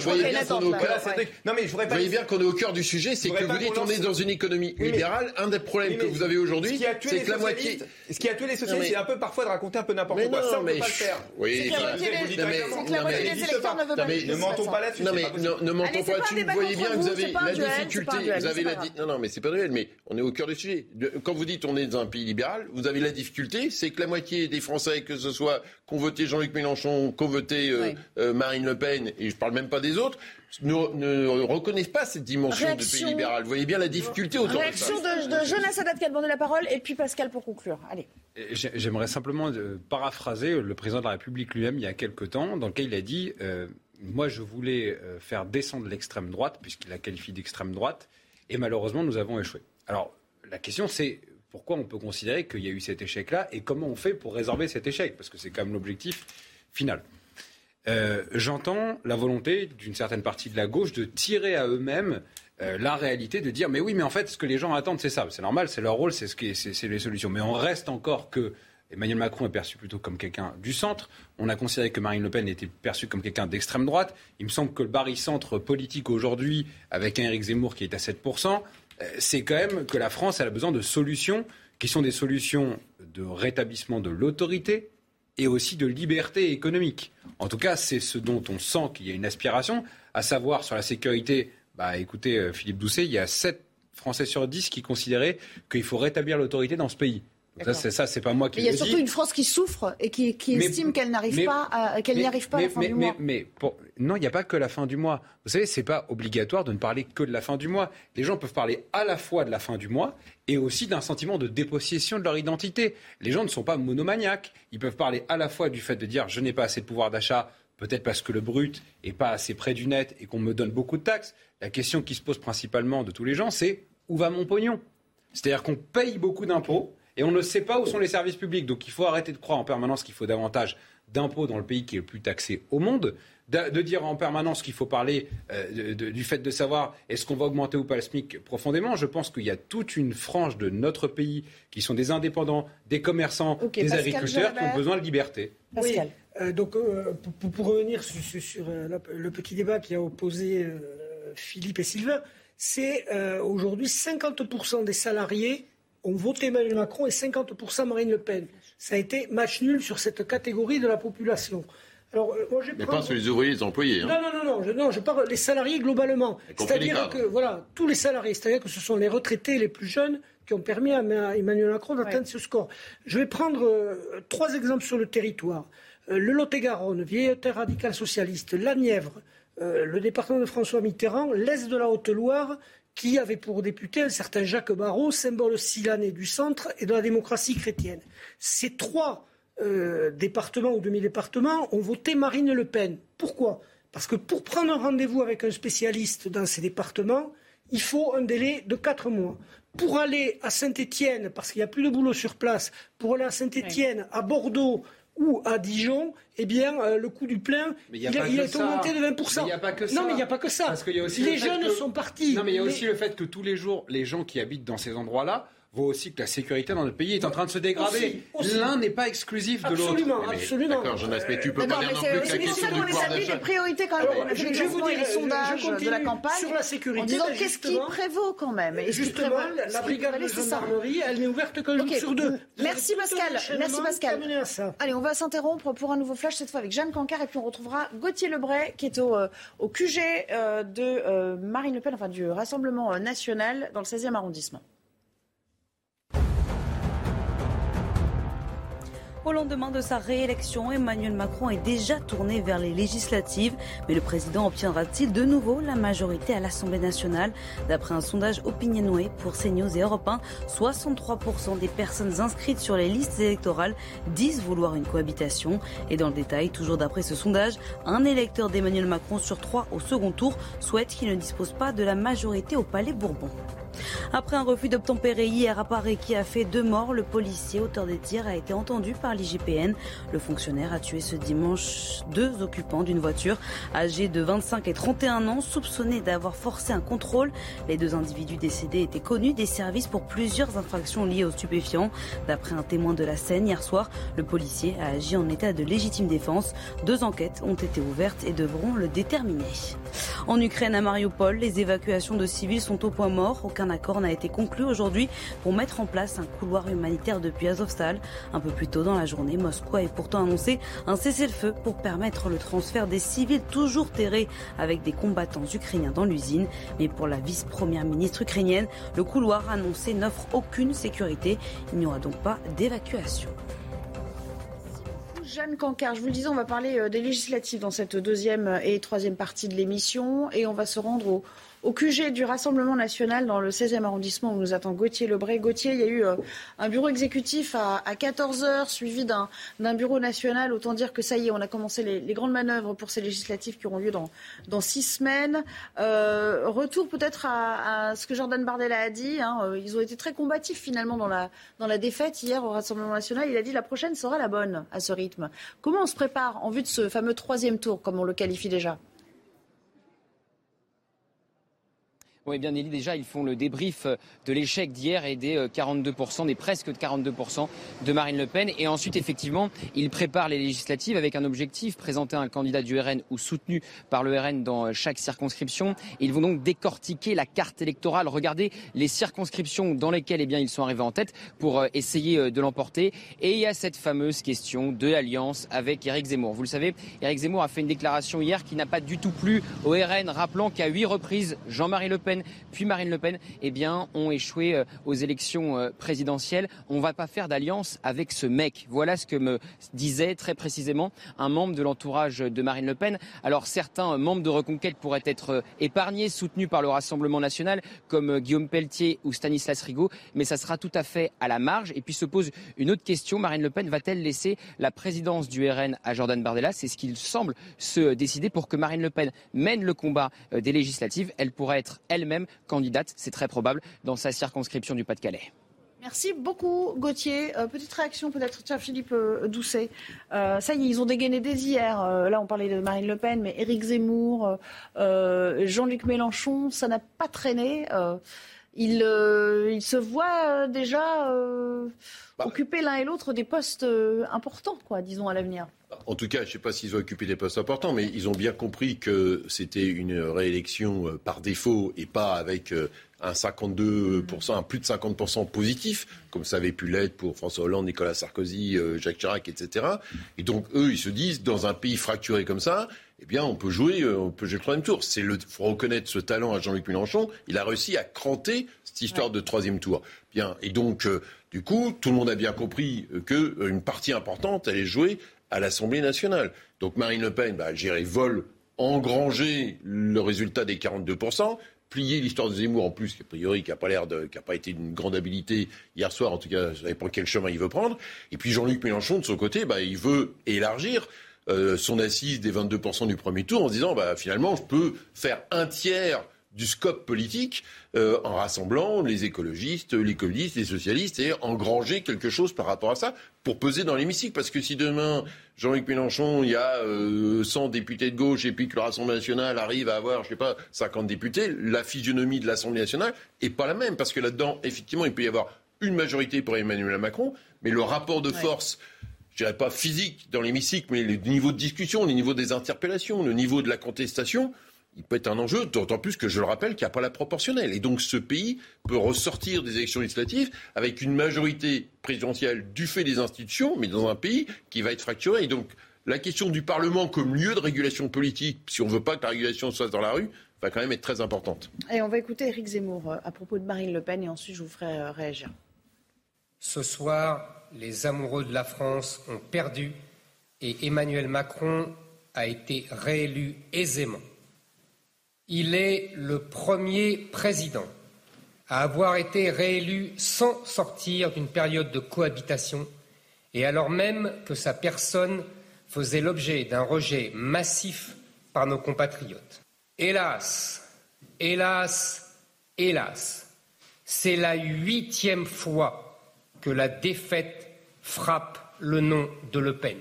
est au cœur du sujet. C'est que vous dites on est dans une économie libérale. Un des problèmes que vous avez aujourd'hui, c'est que la moitié. Ce qui a tué les socialistes, c'est un peu parfois de raconter un peu n'importe quoi. Ça, on ne peut pas le faire. Oui, ne mentons pas là-dessus. Non, mais ne mentons pas là-dessus. Vous voyez bien que vous avez la difficulté. Non, mais c'est pas réel, mais on est au cœur du sujet. Quand vous dites on est dans un pays libéral, vous avez la difficulté, c'est que la moitié des Français, que ce soit qu'ont voté Jean-Luc Mélenchon, qu'ont voté Marine Le Pen, et je parle même pas des autres, ne reconnaissent pas cette dimension de pays libéral. Vous voyez bien la difficulté autour de ça. Réaction de Jonas Haddad qui a demandé la parole, et puis Pascal pour conclure. Allez. J'aimerais simplement paraphraser le président de la République lui-même il y a quelque temps, dans lequel il a dit moi, je voulais faire descendre l'extrême droite, puisqu'il la qualifie d'extrême droite, et malheureusement, nous avons échoué. Alors, la question, c'est pourquoi on peut considérer qu'il y a eu cet échec-là, et comment on fait pour résorber cet échec, parce que c'est quand même l'objectif final. J'entends la volonté d'une certaine partie de la gauche de tirer à eux-mêmes la réalité, de dire mais oui, mais en fait, ce que les gens attendent, c'est ça. C'est normal, c'est leur rôle, c'est les solutions. Mais on reste encore que Emmanuel Macron est perçu plutôt comme quelqu'un du centre. On a considéré que Marine Le Pen était perçue comme quelqu'un d'extrême droite. Il me semble que le barycentre politique aujourd'hui, avec un Éric Zemmour qui est à 7%, c'est quand même que la France elle a besoin de solutions qui sont des solutions de rétablissement de l'autorité et aussi de liberté économique. En tout cas, c'est ce dont on sent qu'il y a une aspiration, à savoir sur la sécurité. Écoutez, Philippe Doucet, il y a 7 Français sur 10 qui considéraient qu'il faut rétablir l'autorité dans ce pays. Donc c'est pas moi qui le dis. Il y a surtout une France qui souffre et qui estime qu'elle n'y arrive pas à la fin du mois. Non, il n'y a pas que la fin du mois. Vous savez, c'est pas obligatoire de ne parler que de la fin du mois. Les gens peuvent parler à la fois de la fin du mois et aussi d'un sentiment de dépossession de leur identité. Les gens ne sont pas monomaniaques. Ils peuvent parler à la fois du fait de dire je n'ai pas assez de pouvoir d'achat, peut-être parce que le brut est pas assez près du net et qu'on me donne beaucoup de taxes. La question qui se pose principalement de tous les gens, c'est où va mon pognon ? C'est-à-dire qu'on paye beaucoup d'impôts et on ne sait pas où sont les services publics. Donc il faut arrêter de croire en permanence qu'il faut davantage d'impôts dans le pays qui est le plus taxé au monde, de dire en permanence qu'il faut parler du fait de savoir est-ce qu'on va augmenter ou pas le SMIC profondément. Je pense qu'il y a toute une frange de notre pays qui sont des indépendants, des commerçants, des agriculteurs qui ont besoin de liberté. Pascal. Donc pour revenir sur le petit débat qui a opposé Philippe et Sylvain, c'est aujourd'hui 50% des salariés ont voté Emmanuel Macron et 50% Marine Le Pen. Ça a été match nul sur cette catégorie de la population. Alors, mais pas sur les ouvriers et les employés. Hein. Non, je parle des salariés globalement. C'est-à-dire que, tous les salariés, c'est-à-dire que ce sont les retraités les plus jeunes qui ont permis à Emmanuel Macron d'atteindre ce score. Je vais prendre 3 exemples sur le territoire. Le Lot-et-Garonne, vieille terre radicale socialiste, la Nièvre, le département de François Mitterrand, l'Est de la Haute-Loire, qui avait pour député un certain Jacques Barrot, symbole silanais du centre et de la démocratie chrétienne. Ces 3 départements ou demi-départements ont voté Marine Le Pen. Pourquoi ? Parce que pour prendre un rendez-vous avec un spécialiste dans ces départements, il faut un délai de 4 mois. Pour aller à Saint-Étienne, parce qu'il n'y a plus de boulot sur place, pour aller à Saint-Étienne, à Bordeaux ou à Dijon, eh bien, le coût du plein, il est augmenté de 20%. Mais il n'y a pas que ça. Non, mais il n'y a pas que ça. Parce qu'il y a aussi les jeunes sont partis. Non, mais il y a aussi le fait que tous les jours, les gens qui habitent dans ces endroits-là voient aussi que la sécurité dans notre pays est en train de se dégrader. L'un n'est pas exclusif de l'autre. Absolument. D'accord, Jonas, mais tu peux pas dire non plus que la question du pouvoir d'achat... C'est des priorités quand même. On a fait les changements et les sondages de la campagne sur la sécurité, en disant qu'est-ce qui prévaut quand même. Et justement, la brigade de gendarmerie, elle n'est ouverte qu'un jour sur 2. Merci Pascal. Allez, on va s'interrompre pour un nouveau flash, cette fois avec Jeanne Cancard, et puis on retrouvera Gauthier Lebray qui est au QG de Marine Le Pen, enfin du Rassemblement national dans le 16e arrondissement. Au lendemain de sa réélection, Emmanuel Macron est déjà tourné vers les législatives. Mais le président obtiendra-t-il de nouveau la majorité à l'Assemblée nationale ? D'après un sondage Opinionway pour CNews et Europe 1, 63% des personnes inscrites sur les listes électorales disent vouloir une cohabitation. Et dans le détail, toujours d'après ce sondage, un électeur d'Emmanuel Macron sur 3 au second tour souhaite qu'il ne dispose pas de la majorité au Palais Bourbon. Après un refus d'obtempérer hier à Paris qui a fait 2 morts, le policier auteur des tirs a été entendu par l'IGPN. Le fonctionnaire a tué ce dimanche 2 occupants d'une voiture âgés de 25 et 31 ans soupçonnés d'avoir forcé un contrôle. Les 2 individus décédés étaient connus des services pour plusieurs infractions liées aux stupéfiants. D'après un témoin de la scène, hier soir, le policier a agi en état de légitime défense. 2 enquêtes ont été ouvertes et devront le déterminer. En Ukraine, à Mariupol, les évacuations de civils sont au point mort. Aucun accord n'a été conclu aujourd'hui pour mettre en place un couloir humanitaire depuis Azovstal. Un peu plus tôt dans la journée, Moscou a pourtant annoncé un cessez-le-feu pour permettre le transfert des civils toujours terrés avec des combattants ukrainiens dans l'usine. Mais pour la vice-première ministre ukrainienne, le couloir annoncé n'offre aucune sécurité. Il n'y aura donc pas d'évacuation. Jeanne Cancard, je vous le disais, on va parler des législatives dans cette 2e et 3e partie de l'émission et on va se rendre au QG du Rassemblement national dans le 16e arrondissement où nous attend Gauthier Lebray. Gauthier, il y a eu un bureau exécutif à 14h suivi d'un bureau national. Autant dire que ça y est, on a commencé les grandes manœuvres pour ces législatives qui auront lieu dans 6 semaines. Retour peut-être à ce que Jordan Bardella a dit. Ils ont été très combatifs finalement dans la défaite hier au Rassemblement national. Il a dit la prochaine sera la bonne à ce rythme. Comment on se prépare en vue de ce fameux 3e tour, comme on le qualifie déjà ? Oui, bien Nelly, déjà, ils font le débrief de l'échec d'hier et des 42%, des presque 42% de Marine Le Pen. Et ensuite, effectivement, ils préparent les législatives avec un objectif, présenter un candidat du RN ou soutenu par le RN dans chaque circonscription. Ils vont donc décortiquer la carte électorale, regarder les circonscriptions dans lesquelles ils sont arrivés en tête pour essayer de l'emporter. Et il y a cette fameuse question de l'alliance avec Éric Zemmour. Vous le savez, Éric Zemmour a fait une déclaration hier qui n'a pas du tout plu au RN, rappelant qu'à 8 reprises, Jean-Marie Le Pen puis Marine Le Pen ont échoué aux élections présidentielles. On ne va pas faire d'alliance avec ce mec. Voilà ce que me disait très précisément un membre de l'entourage de Marine Le Pen. Alors certains membres de Reconquête pourraient être épargnés, soutenus par le Rassemblement national, comme Guillaume Pelletier ou Stanislas Rigaud, mais ça sera tout à fait à la marge. Et puis se pose une autre question, Marine Le Pen va-t-elle laisser la présidence du RN à Jordan Bardella ? C'est ce qu'il semble se décider pour que Marine Le Pen mène le combat des législatives. Elle pourrait être elle-même candidate, c'est très probable, dans sa circonscription du Pas-de-Calais. Merci beaucoup Gauthier. Petite réaction peut-être, tiens Philippe Doucet. Ça y est, ils ont dégainé dès hier. Là on parlait de Marine Le Pen, mais Éric Zemmour, Jean-Luc Mélenchon, ça n'a pas traîné. Ils se voient déjà occuper l'un et l'autre des postes importants, disons, à l'avenir. En tout cas, je ne sais pas s'ils ont occupé des postes importants, mais ils ont bien compris que c'était une réélection par défaut et pas avec un 52%, un plus de 50% positif, comme ça avait pu l'être pour François Hollande, Nicolas Sarkozy, Jacques Chirac, etc. Et donc, eux, ils se disent, dans un pays fracturé comme ça, on peut jouer le 3e tour. Il faut reconnaître ce talent à Jean-Luc Mélenchon. Il a réussi à cranter cette histoire de 3e tour. Bien. Et donc, du coup, tout le monde a bien compris qu'une partie importante allait jouer à l'Assemblée nationale. Donc Marine Le Pen, vole engranger le résultat des 42%, plier l'histoire de Zemmour en plus, a priori, qui n'a pas été d'une grande habilité hier soir, en tout cas, je ne savais pas quel chemin il veut prendre. Et puis Jean-Luc Mélenchon, de son côté, il veut élargir son assise des 22% du premier tour en se disant, finalement, je peux faire un tiers du scope politique en rassemblant les écologistes, les communistes, les socialistes et engranger quelque chose par rapport à ça pour peser dans l'hémicycle. Parce que si demain, Jean-Luc Mélenchon, il y a 100 députés de gauche et puis que le Rassemblement national arrive à avoir, 50 députés, la physionomie de l'Assemblée nationale n'est pas la même. Parce que là-dedans, effectivement, il peut y avoir une majorité pour Emmanuel Macron, mais le rapport de force, je dirais pas physique dans l'hémicycle, mais le niveau de discussion, le niveau des interpellations, le niveau de la contestation, il peut être un enjeu, d'autant plus que je le rappelle qu'il n'y a pas la proportionnelle. Et donc ce pays peut ressortir des élections législatives avec une majorité présidentielle du fait des institutions, mais dans un pays qui va être fracturé. Et donc la question du Parlement comme lieu de régulation politique, si on ne veut pas que la régulation soit dans la rue, va quand même être très importante. Et on va écouter Éric Zemmour à propos de Marine Le Pen et ensuite je vous ferai réagir. Ce soir, les amoureux de la France ont perdu et Emmanuel Macron a été réélu aisément. Il est le premier président à avoir été réélu sans sortir d'une période de cohabitation et alors même que sa personne faisait l'objet d'un rejet massif par nos compatriotes. Hélas, hélas, hélas, c'est la 8e fois que la défaite frappe le nom de Le Pen.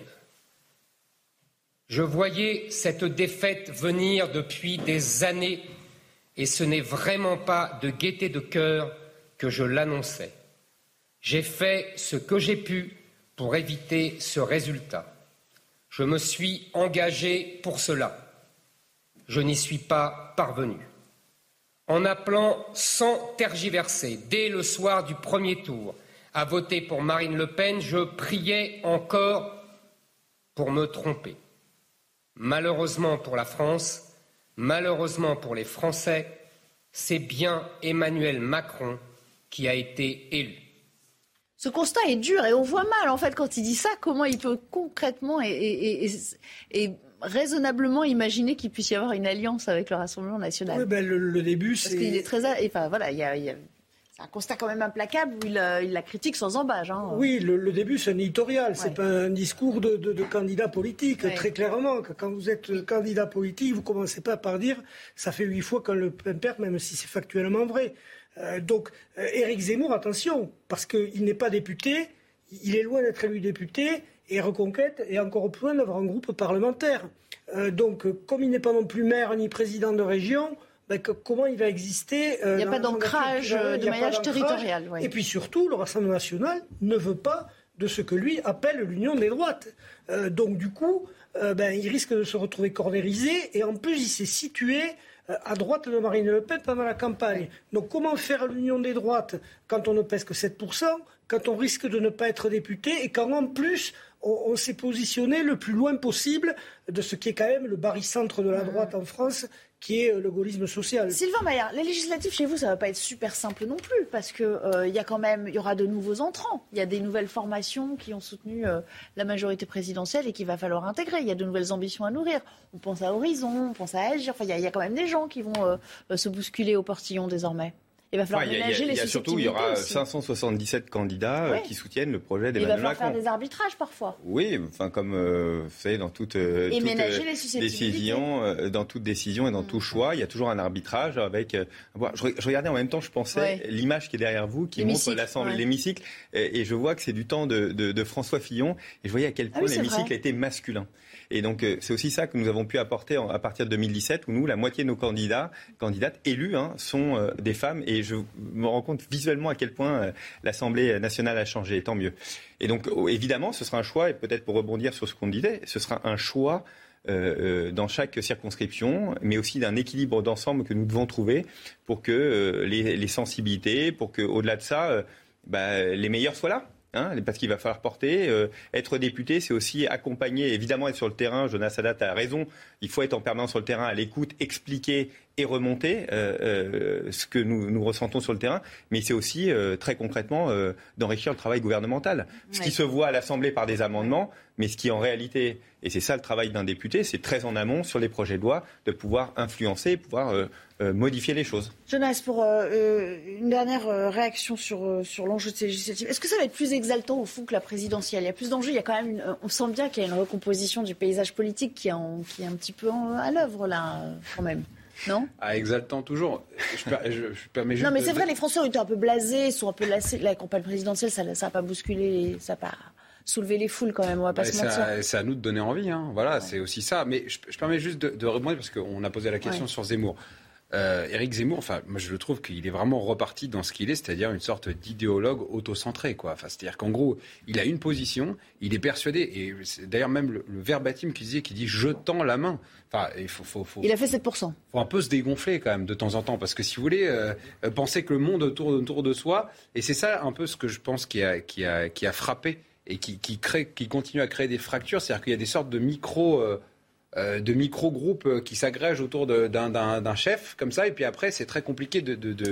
Je voyais cette défaite venir depuis des années et ce n'est vraiment pas de gaieté de cœur que je l'annonçais. J'ai fait ce que j'ai pu pour éviter ce résultat. Je me suis engagé pour cela. Je n'y suis pas parvenu. En appelant sans tergiverser, dès le soir du premier tour, à voter pour Marine Le Pen, je priais encore pour me tromper. Malheureusement pour la France, malheureusement pour les Français, c'est bien Emmanuel Macron qui a été élu. Ce constat est dur et on voit mal en fait quand il dit ça, comment il peut concrètement et raisonnablement imaginer qu'il puisse y avoir une alliance avec le Rassemblement national. Oui, le début, c'est... Parce qu'il est très... Enfin, voilà, c'est un constat quand même implacable où il la critique sans embâche. Hein. Oui, le début, c'est un éditorial. C'est pas un discours de candidat politique, très clairement. Quand vous êtes candidat politique, vous ne commencez pas par dire « ça fait 8 fois qu'on le perd », même si c'est factuellement vrai. Donc, Éric Zemmour, attention, parce qu'il n'est pas député, il est loin d'être élu député, et Reconquête est encore plus loin d'avoir un groupe parlementaire. Donc, comme il n'est pas non plus maire ni président de région... comment il va exister il n'y a pas d'ancrage, de maillage territorial. Et puis surtout, le Rassemblement national ne veut pas de ce que lui appelle l'union des droites. Donc du coup, il risque de se retrouver cornérisé. Et en plus, il s'est situé à droite de Marine Le Pen pendant la campagne. Donc comment faire l'union des droites quand on ne pèse que 7%, quand on risque de ne pas être député et quand en plus... on s'est positionné le plus loin possible de ce qui est quand même le barycentre de la droite en France, qui est le gaullisme social. Sylvain Maillard, les législatives chez vous, ça ne va pas être super simple non plus, parce qu'il y aura de nouveaux entrants. Il y a des nouvelles formations qui ont soutenu la majorité présidentielle et qu'il va falloir intégrer. Il y a de nouvelles ambitions à nourrir. On pense à Horizon, on pense à Agir. Enfin, il y a quand même des gens qui vont se bousculer au portillon désormais. Il va falloir ménager les susceptibilités. Surtout, il y aura aussi. 577 candidats qui soutiennent le projet d'Emmanuel Macron. Il va falloir faire des arbitrages parfois. Oui, comme vous savez, dans toute décision et dans tout choix, il y a toujours un arbitrage avec... Je regardais en même temps, je pensais, l'image qui est derrière vous, qui montre l'hémicycle, et je vois que c'est du temps de François Fillon, et je voyais à quel point l'hémicycle était masculin. Et donc, c'est aussi ça que nous avons pu apporter à partir de 2017, où nous, la moitié de nos candidates élues sont des femmes. Et je me rends compte visuellement à quel point l'Assemblée nationale a changé, et tant mieux. Et donc, évidemment, ce sera un choix, et peut-être pour rebondir sur ce qu'on disait, ce sera un choix dans chaque circonscription, mais aussi d'un équilibre d'ensemble que nous devons trouver pour que les sensibilités, pour qu'au-delà de ça, les meilleurs soient là. Parce qu'il va falloir porter. Être député, c'est aussi accompagner, évidemment être sur le terrain. Jonas Sadat a raison, il faut être en permanence sur le terrain, à l'écoute, expliquer et remonter ce que nous ressentons sur le terrain. Mais c'est aussi, très concrètement, d'enrichir le travail gouvernemental. Ce qui se voit à l'Assemblée par des amendements, mais ce qui en réalité, et c'est ça le travail d'un député, c'est très en amont sur les projets de loi, de pouvoir influencer, pouvoir modifier les choses. Jonas, pour une dernière réaction sur l'enjeu de ces législatives. Est-ce que ça va être plus exaltant au fond que la présidentielle ? Il y a plus d'enjeux, il y a quand même on sent bien qu'il y a une recomposition du paysage politique qui est un petit peu à l'œuvre là, quand même. Non ? Exaltant toujours. Je permets juste non, mais c'est vrai, les Français ont été un peu blasés, sont un peu lassés. La campagne présidentielle, ça n'a pas bousculé, ça n'a pas soulevé les foules quand même, on va pas se mentir. C'est à nous de donner envie, Voilà, c'est aussi ça. Mais je permets juste de rebondir parce qu'on a posé la question sur Zemmour. Éric Zemmour, moi je le trouve qu'il est vraiment reparti dans ce qu'il est, c'est-à-dire une sorte d'idéologue autocentré, quoi. C'est-à-dire qu'en gros, il a une position, il est persuadé, et c'est d'ailleurs même le verbatim qui dit je tends la main. Il a fait 7%. Faut un peu se dégonfler quand même de temps en temps, parce que si vous voulez penser que le monde tourne autour de soi, et c'est ça un peu ce que je pense qui a frappé et qui continue à créer des fractures, c'est-à-dire qu'il y a des sortes de micro-groupes qui s'agrègent autour d'un chef comme ça, et puis après c'est très compliqué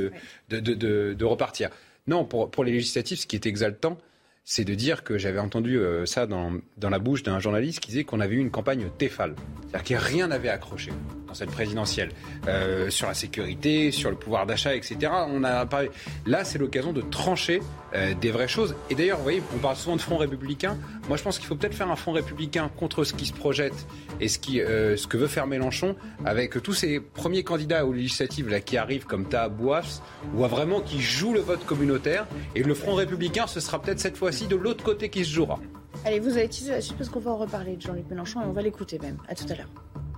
de repartir. Non, pour les législatives, ce qui est exaltant, c'est de dire que j'avais entendu ça dans la bouche d'un journaliste qui disait qu'on avait eu une campagne Tefal, c'est-à-dire que rien n'avait accroché dans cette présidentielle, sur la sécurité, sur le pouvoir d'achat, etc. On a parlé. Là, c'est l'occasion de trancher des vraies choses. Et d'ailleurs, vous voyez, on parle souvent de front républicain. Moi, je pense qu'il faut peut-être faire un front républicain contre ce qui se projette et ce que veut faire Mélenchon, avec tous ces premiers candidats aux législatives là, qui arrivent comme Taha Bouafs, ou vraiment qui jouent le vote communautaire. Et le front républicain, ce sera peut-être cette fois-ci de l'autre côté qui se jouera. Allez, vous avez teasé la suite parce qu'on va en reparler de Jean-Luc Mélenchon et on va l'écouter même. À tout à l'heure.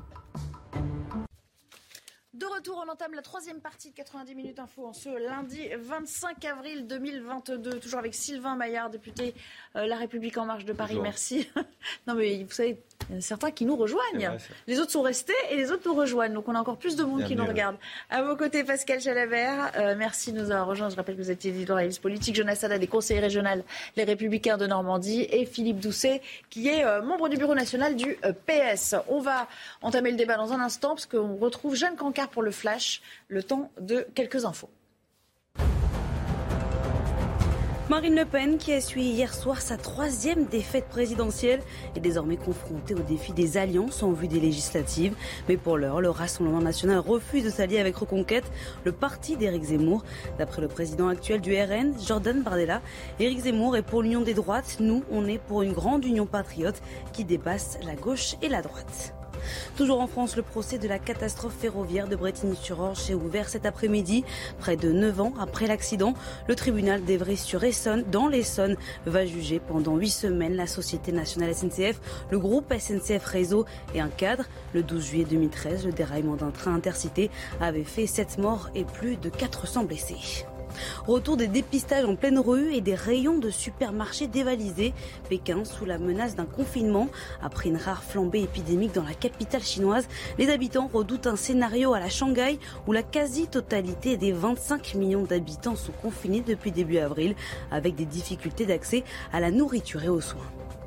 De retour, on entame la troisième partie de 90 minutes info en ce lundi 25 avril 2022. Toujours avec Sylvain Maillard, député La République En Marche de Paris. Bonjour. Merci. Non mais vous savez, il y en a certains qui nous rejoignent. Les autres sont restés et les autres nous rejoignent. Donc on a encore plus de monde qui nous regarde. À vos côtés, Pascal Jalabert. Merci de nous avoir rejoints. Je rappelle que vous êtes éditorialiste politique. Jonas Sadat, des conseillers régionaux Les Républicains de Normandie. Et Philippe Doucet, qui est membre du bureau national du PS. On va entamer le débat dans un instant parce qu'on retrouve Jeanne Cancard pour le Flash. Le temps de quelques infos. Marine Le Pen, qui a essuyé hier soir sa 3e défaite présidentielle, est désormais confrontée au défi des alliances en vue des législatives. Mais pour l'heure, le Rassemblement national refuse de s'allier avec Reconquête, le parti d'Éric Zemmour. D'après le président actuel du RN, Jordan Bardella, Éric Zemmour est pour l'union des droites. Nous, on est pour une grande union patriote qui dépasse la gauche et la droite. Toujours en France, le procès de la catastrophe ferroviaire de Brétigny-sur-Orge est ouvert cet après-midi. Près de 9 ans après l'accident, le tribunal d'Evry-sur-Essonne, dans l'Essonne, va juger pendant 8 semaines la Société nationale SNCF, le groupe SNCF Réseau et un cadre. Le 12 juillet 2013, le déraillement d'un train intercité avait fait 7 morts et plus de 400 blessés. Retour des dépistages en pleine rue et des rayons de supermarchés dévalisés. Pékin sous la menace d'un confinement. Après une rare flambée épidémique dans la capitale chinoise, les habitants redoutent un scénario à la Shanghai où la quasi-totalité des 25 millions d'habitants sont confinés depuis début avril, avec des difficultés d'accès à la nourriture et aux soins.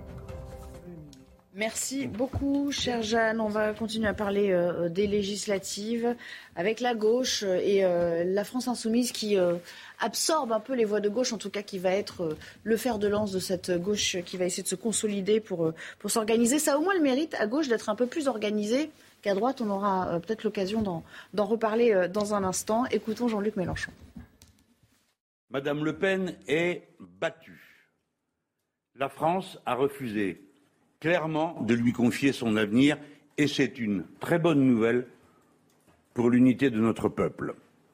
Merci beaucoup, chère Jeanne. On va continuer à parler des législatives avec la gauche et la France insoumise qui absorbe un peu les voix de gauche, en tout cas qui va être le fer de lance de cette gauche qui va essayer de se consolider pour s'organiser. Ça a au moins le mérite à gauche d'être un peu plus organisé qu'à droite. On aura peut-être l'occasion d'en reparler dans un instant. Écoutons Jean-Luc Mélenchon. Madame Le Pen est battue. La France a refusé clairement de lui confier son avenir et c'est une très bonne nouvelle pour l'unité de notre peuple.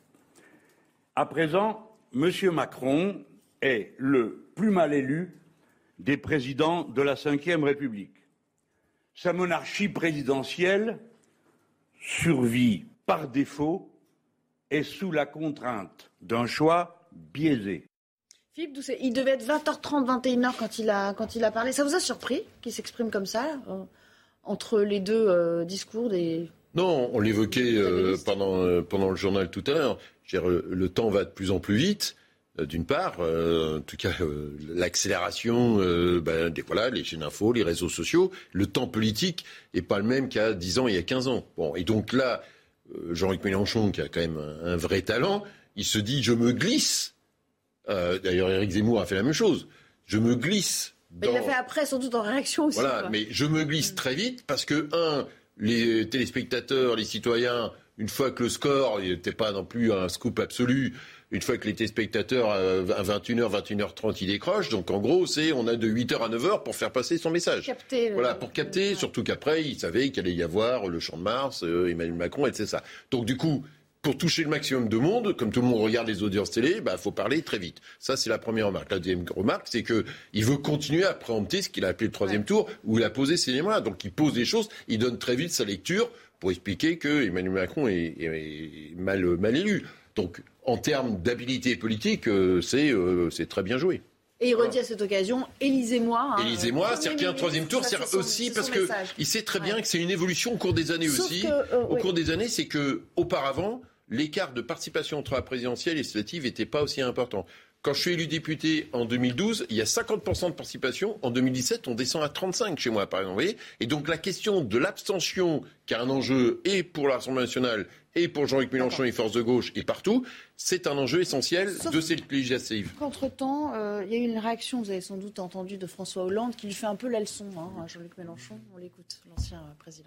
À présent, M. Macron est le plus mal élu des présidents de la Ve République. Sa monarchie présidentielle survit par défaut et sous la contrainte d'un choix biaisé. Philippe Doucet, il devait être 20h30, 21h quand il a parlé. Ça vous a surpris qu'il s'exprime comme ça, entre les deux discours des... Non, on l'évoquait pendant le journal tout à l'heure. Le temps va de plus en plus vite, d'une part. En tout cas, l'accélération, les chaînes infos, les réseaux sociaux. Le temps politique n'est pas le même qu'il y a 10 ans et il y a 15 ans. Bon, et donc là, Jean-Luc Mélenchon, qui a quand même un vrai talent, il se dit « je me glisse ». D'ailleurs, Éric Zemmour a fait la même chose. Je me glisse. Mais il l'a fait après, sans doute en réaction aussi. Voilà, mais je me glisse très vite parce que, les téléspectateurs, les citoyens, une fois que le score n'était pas non plus un scoop absolu, une fois que les téléspectateurs à 21h, 21h30, ils décrochent. Donc en gros, on a de 8h à 9h pour faire passer son message. Pour capter, surtout qu'après, ils savaient qu'il allait y avoir le Champ de Mars, Emmanuel Macron, etc. Donc du coup, pour toucher le maximum de monde, comme tout le monde regarde les audiences télé, faut parler très vite. Ça, c'est la première remarque. La deuxième remarque, c'est qu'il veut continuer à préempter ce qu'il a appelé le troisième tour, où il a posé ses éléments. Donc, il pose des choses, il donne très vite sa lecture pour expliquer que Emmanuel Macron est mal élu. Donc, en termes d'habilité politique, c'est très bien joué. Et il redit à cette occasion, élisez-moi. Élisez-moi, c'est-à-dire qu'il y a un troisième tour, c'est aussi parce qu'il sait très bien que c'est une évolution au cours des années aussi. Au cours des années, c'est que auparavant, l'écart de participation entre la présidentielle et les législatives n'était pas aussi important. Quand je suis élu député en 2012, il y a 50% de participation. En 2017, on descend à 35% chez moi, par exemple. Vous voyez ? Et donc la question de l'abstention, qui a un enjeu et pour l'Assemblée nationale et pour Jean-Luc Mélenchon et les forces de gauche et partout, c'est un enjeu essentiel de cette législative. Entre-temps, il y a eu une réaction, vous avez sans doute entendu, de François Hollande qui lui fait un peu la leçon à Jean-Luc Mélenchon. On l'écoute, l'ancien président.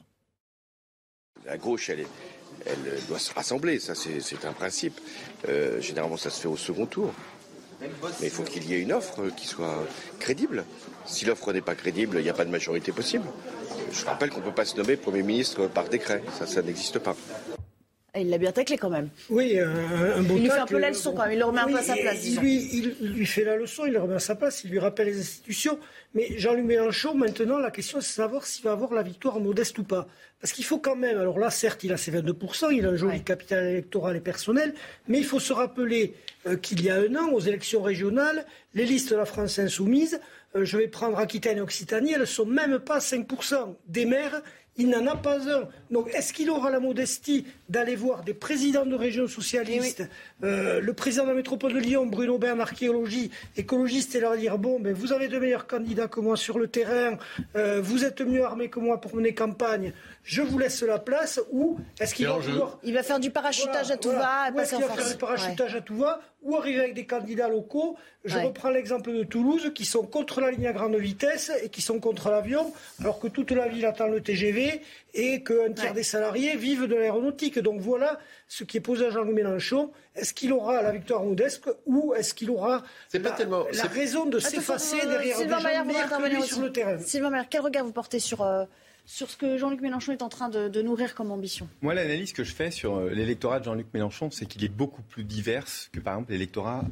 La gauche, elle doit se rassembler, ça c'est un principe. Généralement, ça se fait au second tour. Mais il faut qu'il y ait une offre qui soit crédible. Si l'offre n'est pas crédible, il n'y a pas de majorité possible. Je rappelle qu'on ne peut pas se nommer Premier ministre par décret. Ça n'existe pas. Il l'a bien taclé quand même. Oui, un bon tacle. Il lui fait un peu la leçon quand même, il le remet un peu à sa place, disons. Il lui fait la leçon, il le remet à sa place, il lui rappelle les institutions. Mais Jean-Luc Mélenchon, maintenant, la question c'est de savoir s'il va avoir la victoire modeste ou pas. Parce qu'il faut quand même, alors là, certes, il a ses 22%, il a un joli capital électoral et personnel, mais il faut se rappeler qu'il y a un an, aux élections régionales, les listes de la France insoumise, je vais prendre Aquitaine et Occitanie, elles ne sont même pas 5%. Des maires, Il n'en a pas un. Donc, est-ce qu'il aura la modestie d'aller voir des présidents de régions socialistes, le président de la métropole de Lyon, Bruno Bernard, écologiste, et leur dire, bon, ben, vous avez de meilleurs candidats que moi sur le terrain, vous êtes mieux armés que moi pour mener campagne, je vous laisse la place, ou est-ce qu'il va vouloir... Il va faire du parachutage à tout va, ou est-ce qu'il va faire du parachutage à tout va, ou arriver avec des candidats locaux. Je reprends l'exemple de Toulouse, qui sont contre la ligne à grande vitesse et qui sont contre l'avion, alors que toute la ville attend le TGV et qu'un tiers des salariés vivent de l'aéronautique. Donc voilà ce qui est posé à Jean-Luc Mélenchon. Est-ce qu'il aura la victoire modeste ou est-ce qu'il aura la raison de s'effacer derrière des gens meilleurs que lui sur le terrain? Sylvain Maillard, quel regard vous portez sur ce que Jean-Luc Mélenchon est en train de nourrir comme ambition? Moi, l'analyse que je fais sur l'électorat de Jean-Luc Mélenchon, c'est qu'il est beaucoup plus divers que, par exemple, l'électorat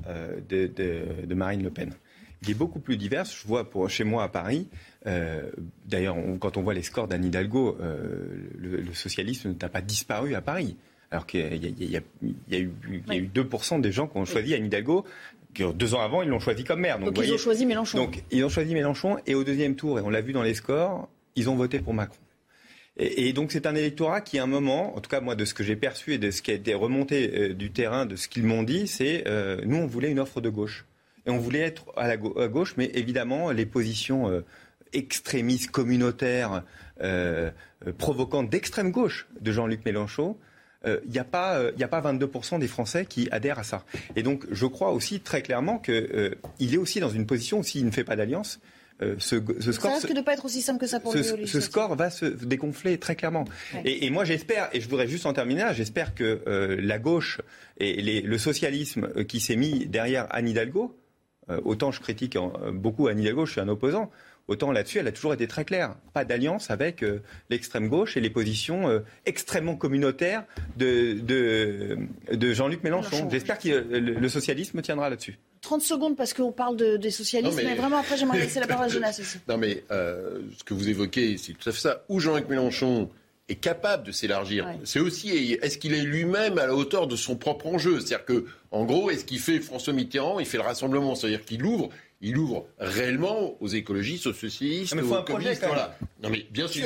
de Marine Le Pen. Il est beaucoup plus divers. Je vois chez moi à Paris, d'ailleurs, quand on voit les scores d'Anne Hidalgo, le socialisme n'a pas disparu à Paris. Alors qu'il y a eu 2% des gens qui ont choisi Anne Hidalgo. 2 ans avant, ils l'ont choisi comme maire. Donc ils ont choisi Mélenchon. Donc ils ont choisi Mélenchon, et au deuxième tour, et on l'a vu dans les scores, ils ont voté pour Macron. Et donc c'est un électorat qui, à un moment, en tout cas moi de ce que j'ai perçu et de ce qui a été remonté du terrain, de ce qu'ils m'ont dit, c'est nous on voulait une offre de gauche. Et on voulait être à gauche, mais évidemment les positions extrémistes, communautaires, provocantes d'extrême gauche de Jean-Luc Mélenchon, il n'y a pas 22% des Français qui adhèrent à ça. Et donc je crois aussi très clairement qu'il est aussi dans une position où s'il ne fait pas d'alliance, ce score, ça risque de ne pas être aussi simple que ça pour lui. Ce score va se dégonfler très clairement. Ouais. Et moi j'espère, et je voudrais juste en terminer là, j'espère que la gauche et le socialisme qui s'est mis derrière Anne Hidalgo, autant je critique beaucoup Anne Hidalgo, je suis un opposant, autant là-dessus elle a toujours été très claire. Pas d'alliance avec l'extrême gauche et les positions extrêmement communautaires de Jean-Luc Mélenchon. J'espère que le socialisme tiendra là-dessus. 30 secondes parce qu'on parle des socialistes, mais vraiment après j'aimerais laisser la parole à Jonas aussi. Non mais ce que vous évoquez, c'est tout à fait ça. Où Jean-Luc Mélenchon est capable de s'élargir, c'est aussi, est-ce qu'il est lui-même à la hauteur de son propre enjeu? C'est-à-dire que, en gros, est-ce qu'il fait François Mitterrand, il fait le rassemblement, c'est-à-dire qu'il ouvre réellement aux écologistes, aux socialistes, aux communistes. Voilà. Non mais bien sûr,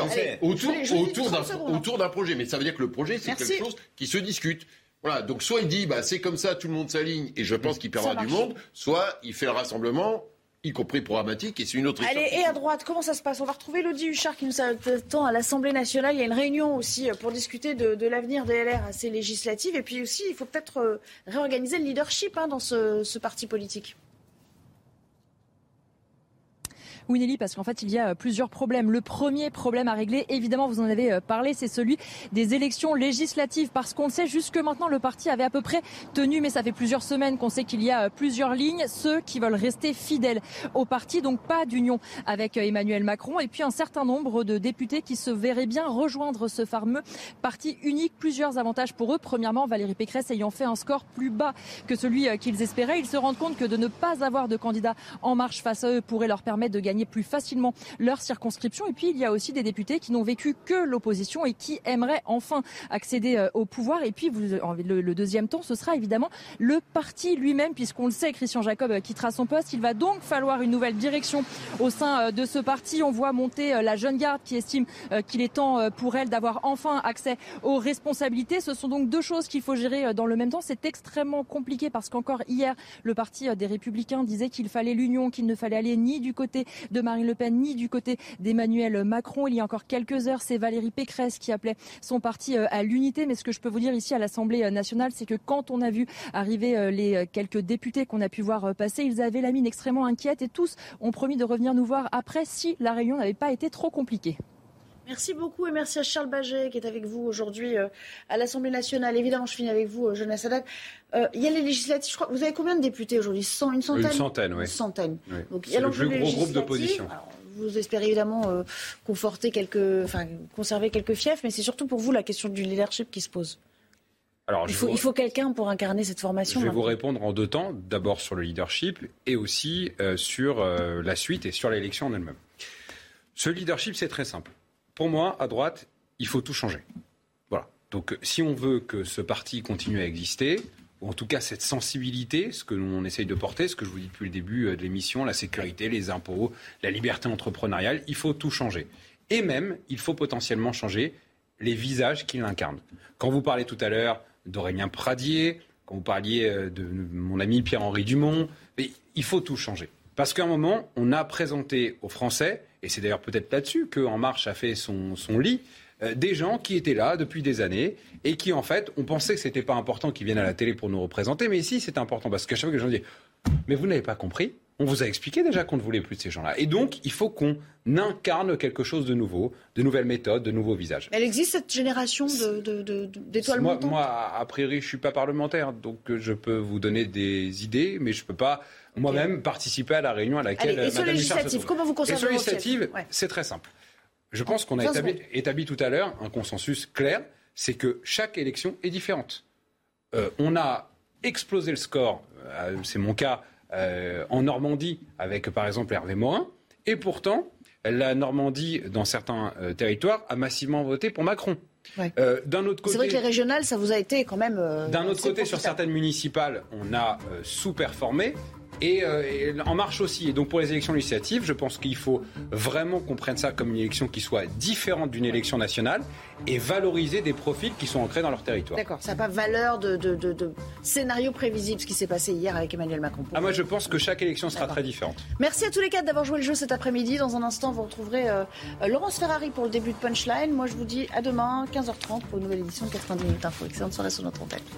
autour d'un projet. Mais ça veut dire que le projet, c'est quelque chose qui se discute. Voilà, donc soit il dit c'est comme ça, tout le monde s'aligne et je pense qu'il perdra du monde, soit il fait le rassemblement, y compris programmatique, et c'est une autre histoire. Allez, et à droite, comment ça se passe? On va retrouver Elodie Huchard qui nous attend à l'Assemblée nationale. Il y a une réunion aussi pour discuter de l'avenir des LR à ces législatives. Et puis aussi, il faut peut-être réorganiser le leadership dans ce parti politique. Oui Nelly, parce qu'en fait il y a plusieurs problèmes. Le premier problème à régler, évidemment vous en avez parlé, c'est celui des élections législatives. Parce qu'on le sait, jusque maintenant le parti avait à peu près tenu, mais ça fait plusieurs semaines qu'on sait qu'il y a plusieurs lignes, ceux qui veulent rester fidèles au parti, donc pas d'union avec Emmanuel Macron. Et puis un certain nombre de députés qui se verraient bien rejoindre ce fameux parti unique. Plusieurs avantages pour eux. Premièrement, Valérie Pécresse ayant fait un score plus bas que celui qu'ils espéraient, ils se rendent compte que de ne pas avoir de candidat En Marche face à eux pourrait leur permettre de gagner plus facilement leur circonscription. Et puis il y a aussi des députés qui n'ont vécu que l'opposition et qui aimeraient enfin accéder au pouvoir. Et puis le deuxième temps, ce sera évidemment le parti lui-même, puisqu'on le sait, Christian Jacob quittera son poste. Il va donc falloir une nouvelle direction au sein de ce parti. On voit monter la jeune garde qui estime qu'il est temps pour elle d'avoir enfin accès aux responsabilités. Ce sont donc deux choses qu'il faut gérer dans le même temps. C'est extrêmement compliqué parce qu'encore hier, le parti des Républicains disait qu'il fallait l'union, qu'il ne fallait aller ni du côté de Marine Le Pen ni du côté d'Emmanuel Macron. Il y a encore quelques heures, c'est Valérie Pécresse qui appelait son parti à l'unité. Mais ce que je peux vous dire ici à l'Assemblée nationale, c'est que quand on a vu arriver les quelques députés qu'on a pu voir passer, ils avaient la mine extrêmement inquiète et tous ont promis de revenir nous voir après si la réunion n'avait pas été trop compliquée. Merci beaucoup et merci à Charles Baget qui est avec vous aujourd'hui à l'Assemblée nationale. Évidemment, je finis avec vous, Jonas Haddad. Il y a les législatives, je crois. Vous avez combien de députés aujourd'hui? Une centaine? Une centaine, oui. Une centaine. Oui. Donc, il y c'est a le plus gros groupe d'opposition. Alors, vous espérez évidemment conserver quelques fiefs, mais c'est surtout pour vous la question du leadership qui se pose. Alors, il faut quelqu'un pour incarner cette formation. Je vais vous répondre en deux temps. D'abord sur le leadership et aussi sur la suite et sur l'élection en elle-même. Ce leadership, c'est très simple. Pour moi, à droite, il faut tout changer. Voilà. Donc, si on veut que ce parti continue à exister, ou en tout cas cette sensibilité, ce que l'on essaye de porter, ce que je vous dis depuis le début de l'émission, la sécurité, les impôts, la liberté entrepreneuriale, il faut tout changer. Et même, il faut potentiellement changer les visages qui l'incarnent. Quand vous parlez tout à l'heure d'Aurélien Pradier, quand vous parliez de mon ami Pierre-Henri Dumont, mais il faut tout changer. Parce qu'à un moment, on a présenté aux Français, et c'est d'ailleurs peut-être là-dessus qu'En Marche a fait son lit, des gens qui étaient là depuis des années et qui, en fait, on pensait que ce n'était pas important qu'ils viennent à la télé pour nous représenter, mais ici, c'est important. Parce qu'à chaque fois que les gens disent « mais vous n'avez pas compris », on vous a expliqué déjà qu'on ne voulait plus de ces gens-là. Et donc, il faut qu'on incarne quelque chose de nouveau, de nouvelles méthodes, de nouveaux visages. Elle existe, cette génération d'étoiles montantes ? Moi, a priori, je ne suis pas parlementaire, donc je peux vous donner des idées, mais je ne peux pas moi-même participer à la réunion à laquelle et sur Mme législative, comment vous conservez votre chef ? Et sur législative, c'est très simple. Je pense qu'on a établi tout à l'heure un consensus clair, c'est que chaque élection est différente. On a explosé le score, c'est mon cas, en Normandie, avec par exemple Hervé Morin, et pourtant, la Normandie, dans certains territoires, a massivement voté pour Macron. Ouais. D'un autre côté, c'est vrai que les régionales, ça vous a été quand même... d'un autre côté, sur certaines municipales, on a sous-performé. Et En Marche aussi. Et donc pour les élections législatives, je pense qu'il faut vraiment qu'on prenne ça comme une élection qui soit différente d'une élection nationale et valoriser des profils qui sont ancrés dans leur territoire. D'accord, ça n'a pas valeur de scénario prévisible, ce qui s'est passé hier avec Emmanuel Macron. Moi je pense que chaque élection sera très différente. Merci à tous les quatre d'avoir joué le jeu cet après-midi. Dans un instant, vous retrouverez Laurence Ferrari pour le début de Punchline. Moi je vous dis à demain, 15h30 pour une nouvelle édition de 90 minutes info. Excellente soirée sur notre antenne.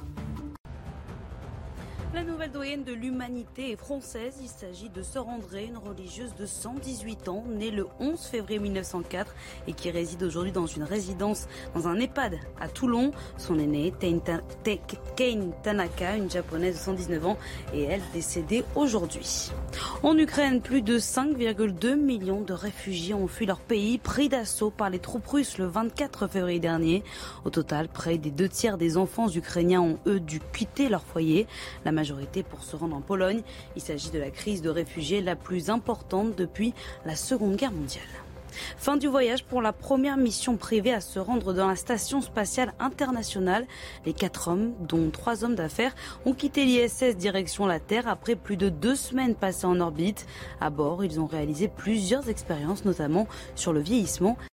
La nouvelle doyenne de l'humanité est française. Il s'agit de Sœur Andrée, une religieuse de 118 ans, née le 11 février 1904 et qui réside aujourd'hui dans une résidence, dans un EHPAD à Toulon. Son aînée, Kein Tanaka, une japonaise de 119 ans, et elle décédée aujourd'hui. En Ukraine, plus de 5,2 millions de réfugiés ont fui leur pays, pris d'assaut par les troupes russes le 24 février dernier. Au total, près des 2/3 des enfants ukrainiens ont, eux, dû quitter leur foyer. La majorité pour se rendre en Pologne. Il s'agit de la crise de réfugiés la plus importante depuis la Seconde Guerre mondiale. Fin du voyage pour la première mission privée à se rendre dans la Station spatiale internationale. Les 4 hommes, dont 3 hommes d'affaires, ont quitté l'ISS direction la Terre après plus de 2 semaines passées en orbite. À bord, ils ont réalisé plusieurs expériences, notamment sur le vieillissement.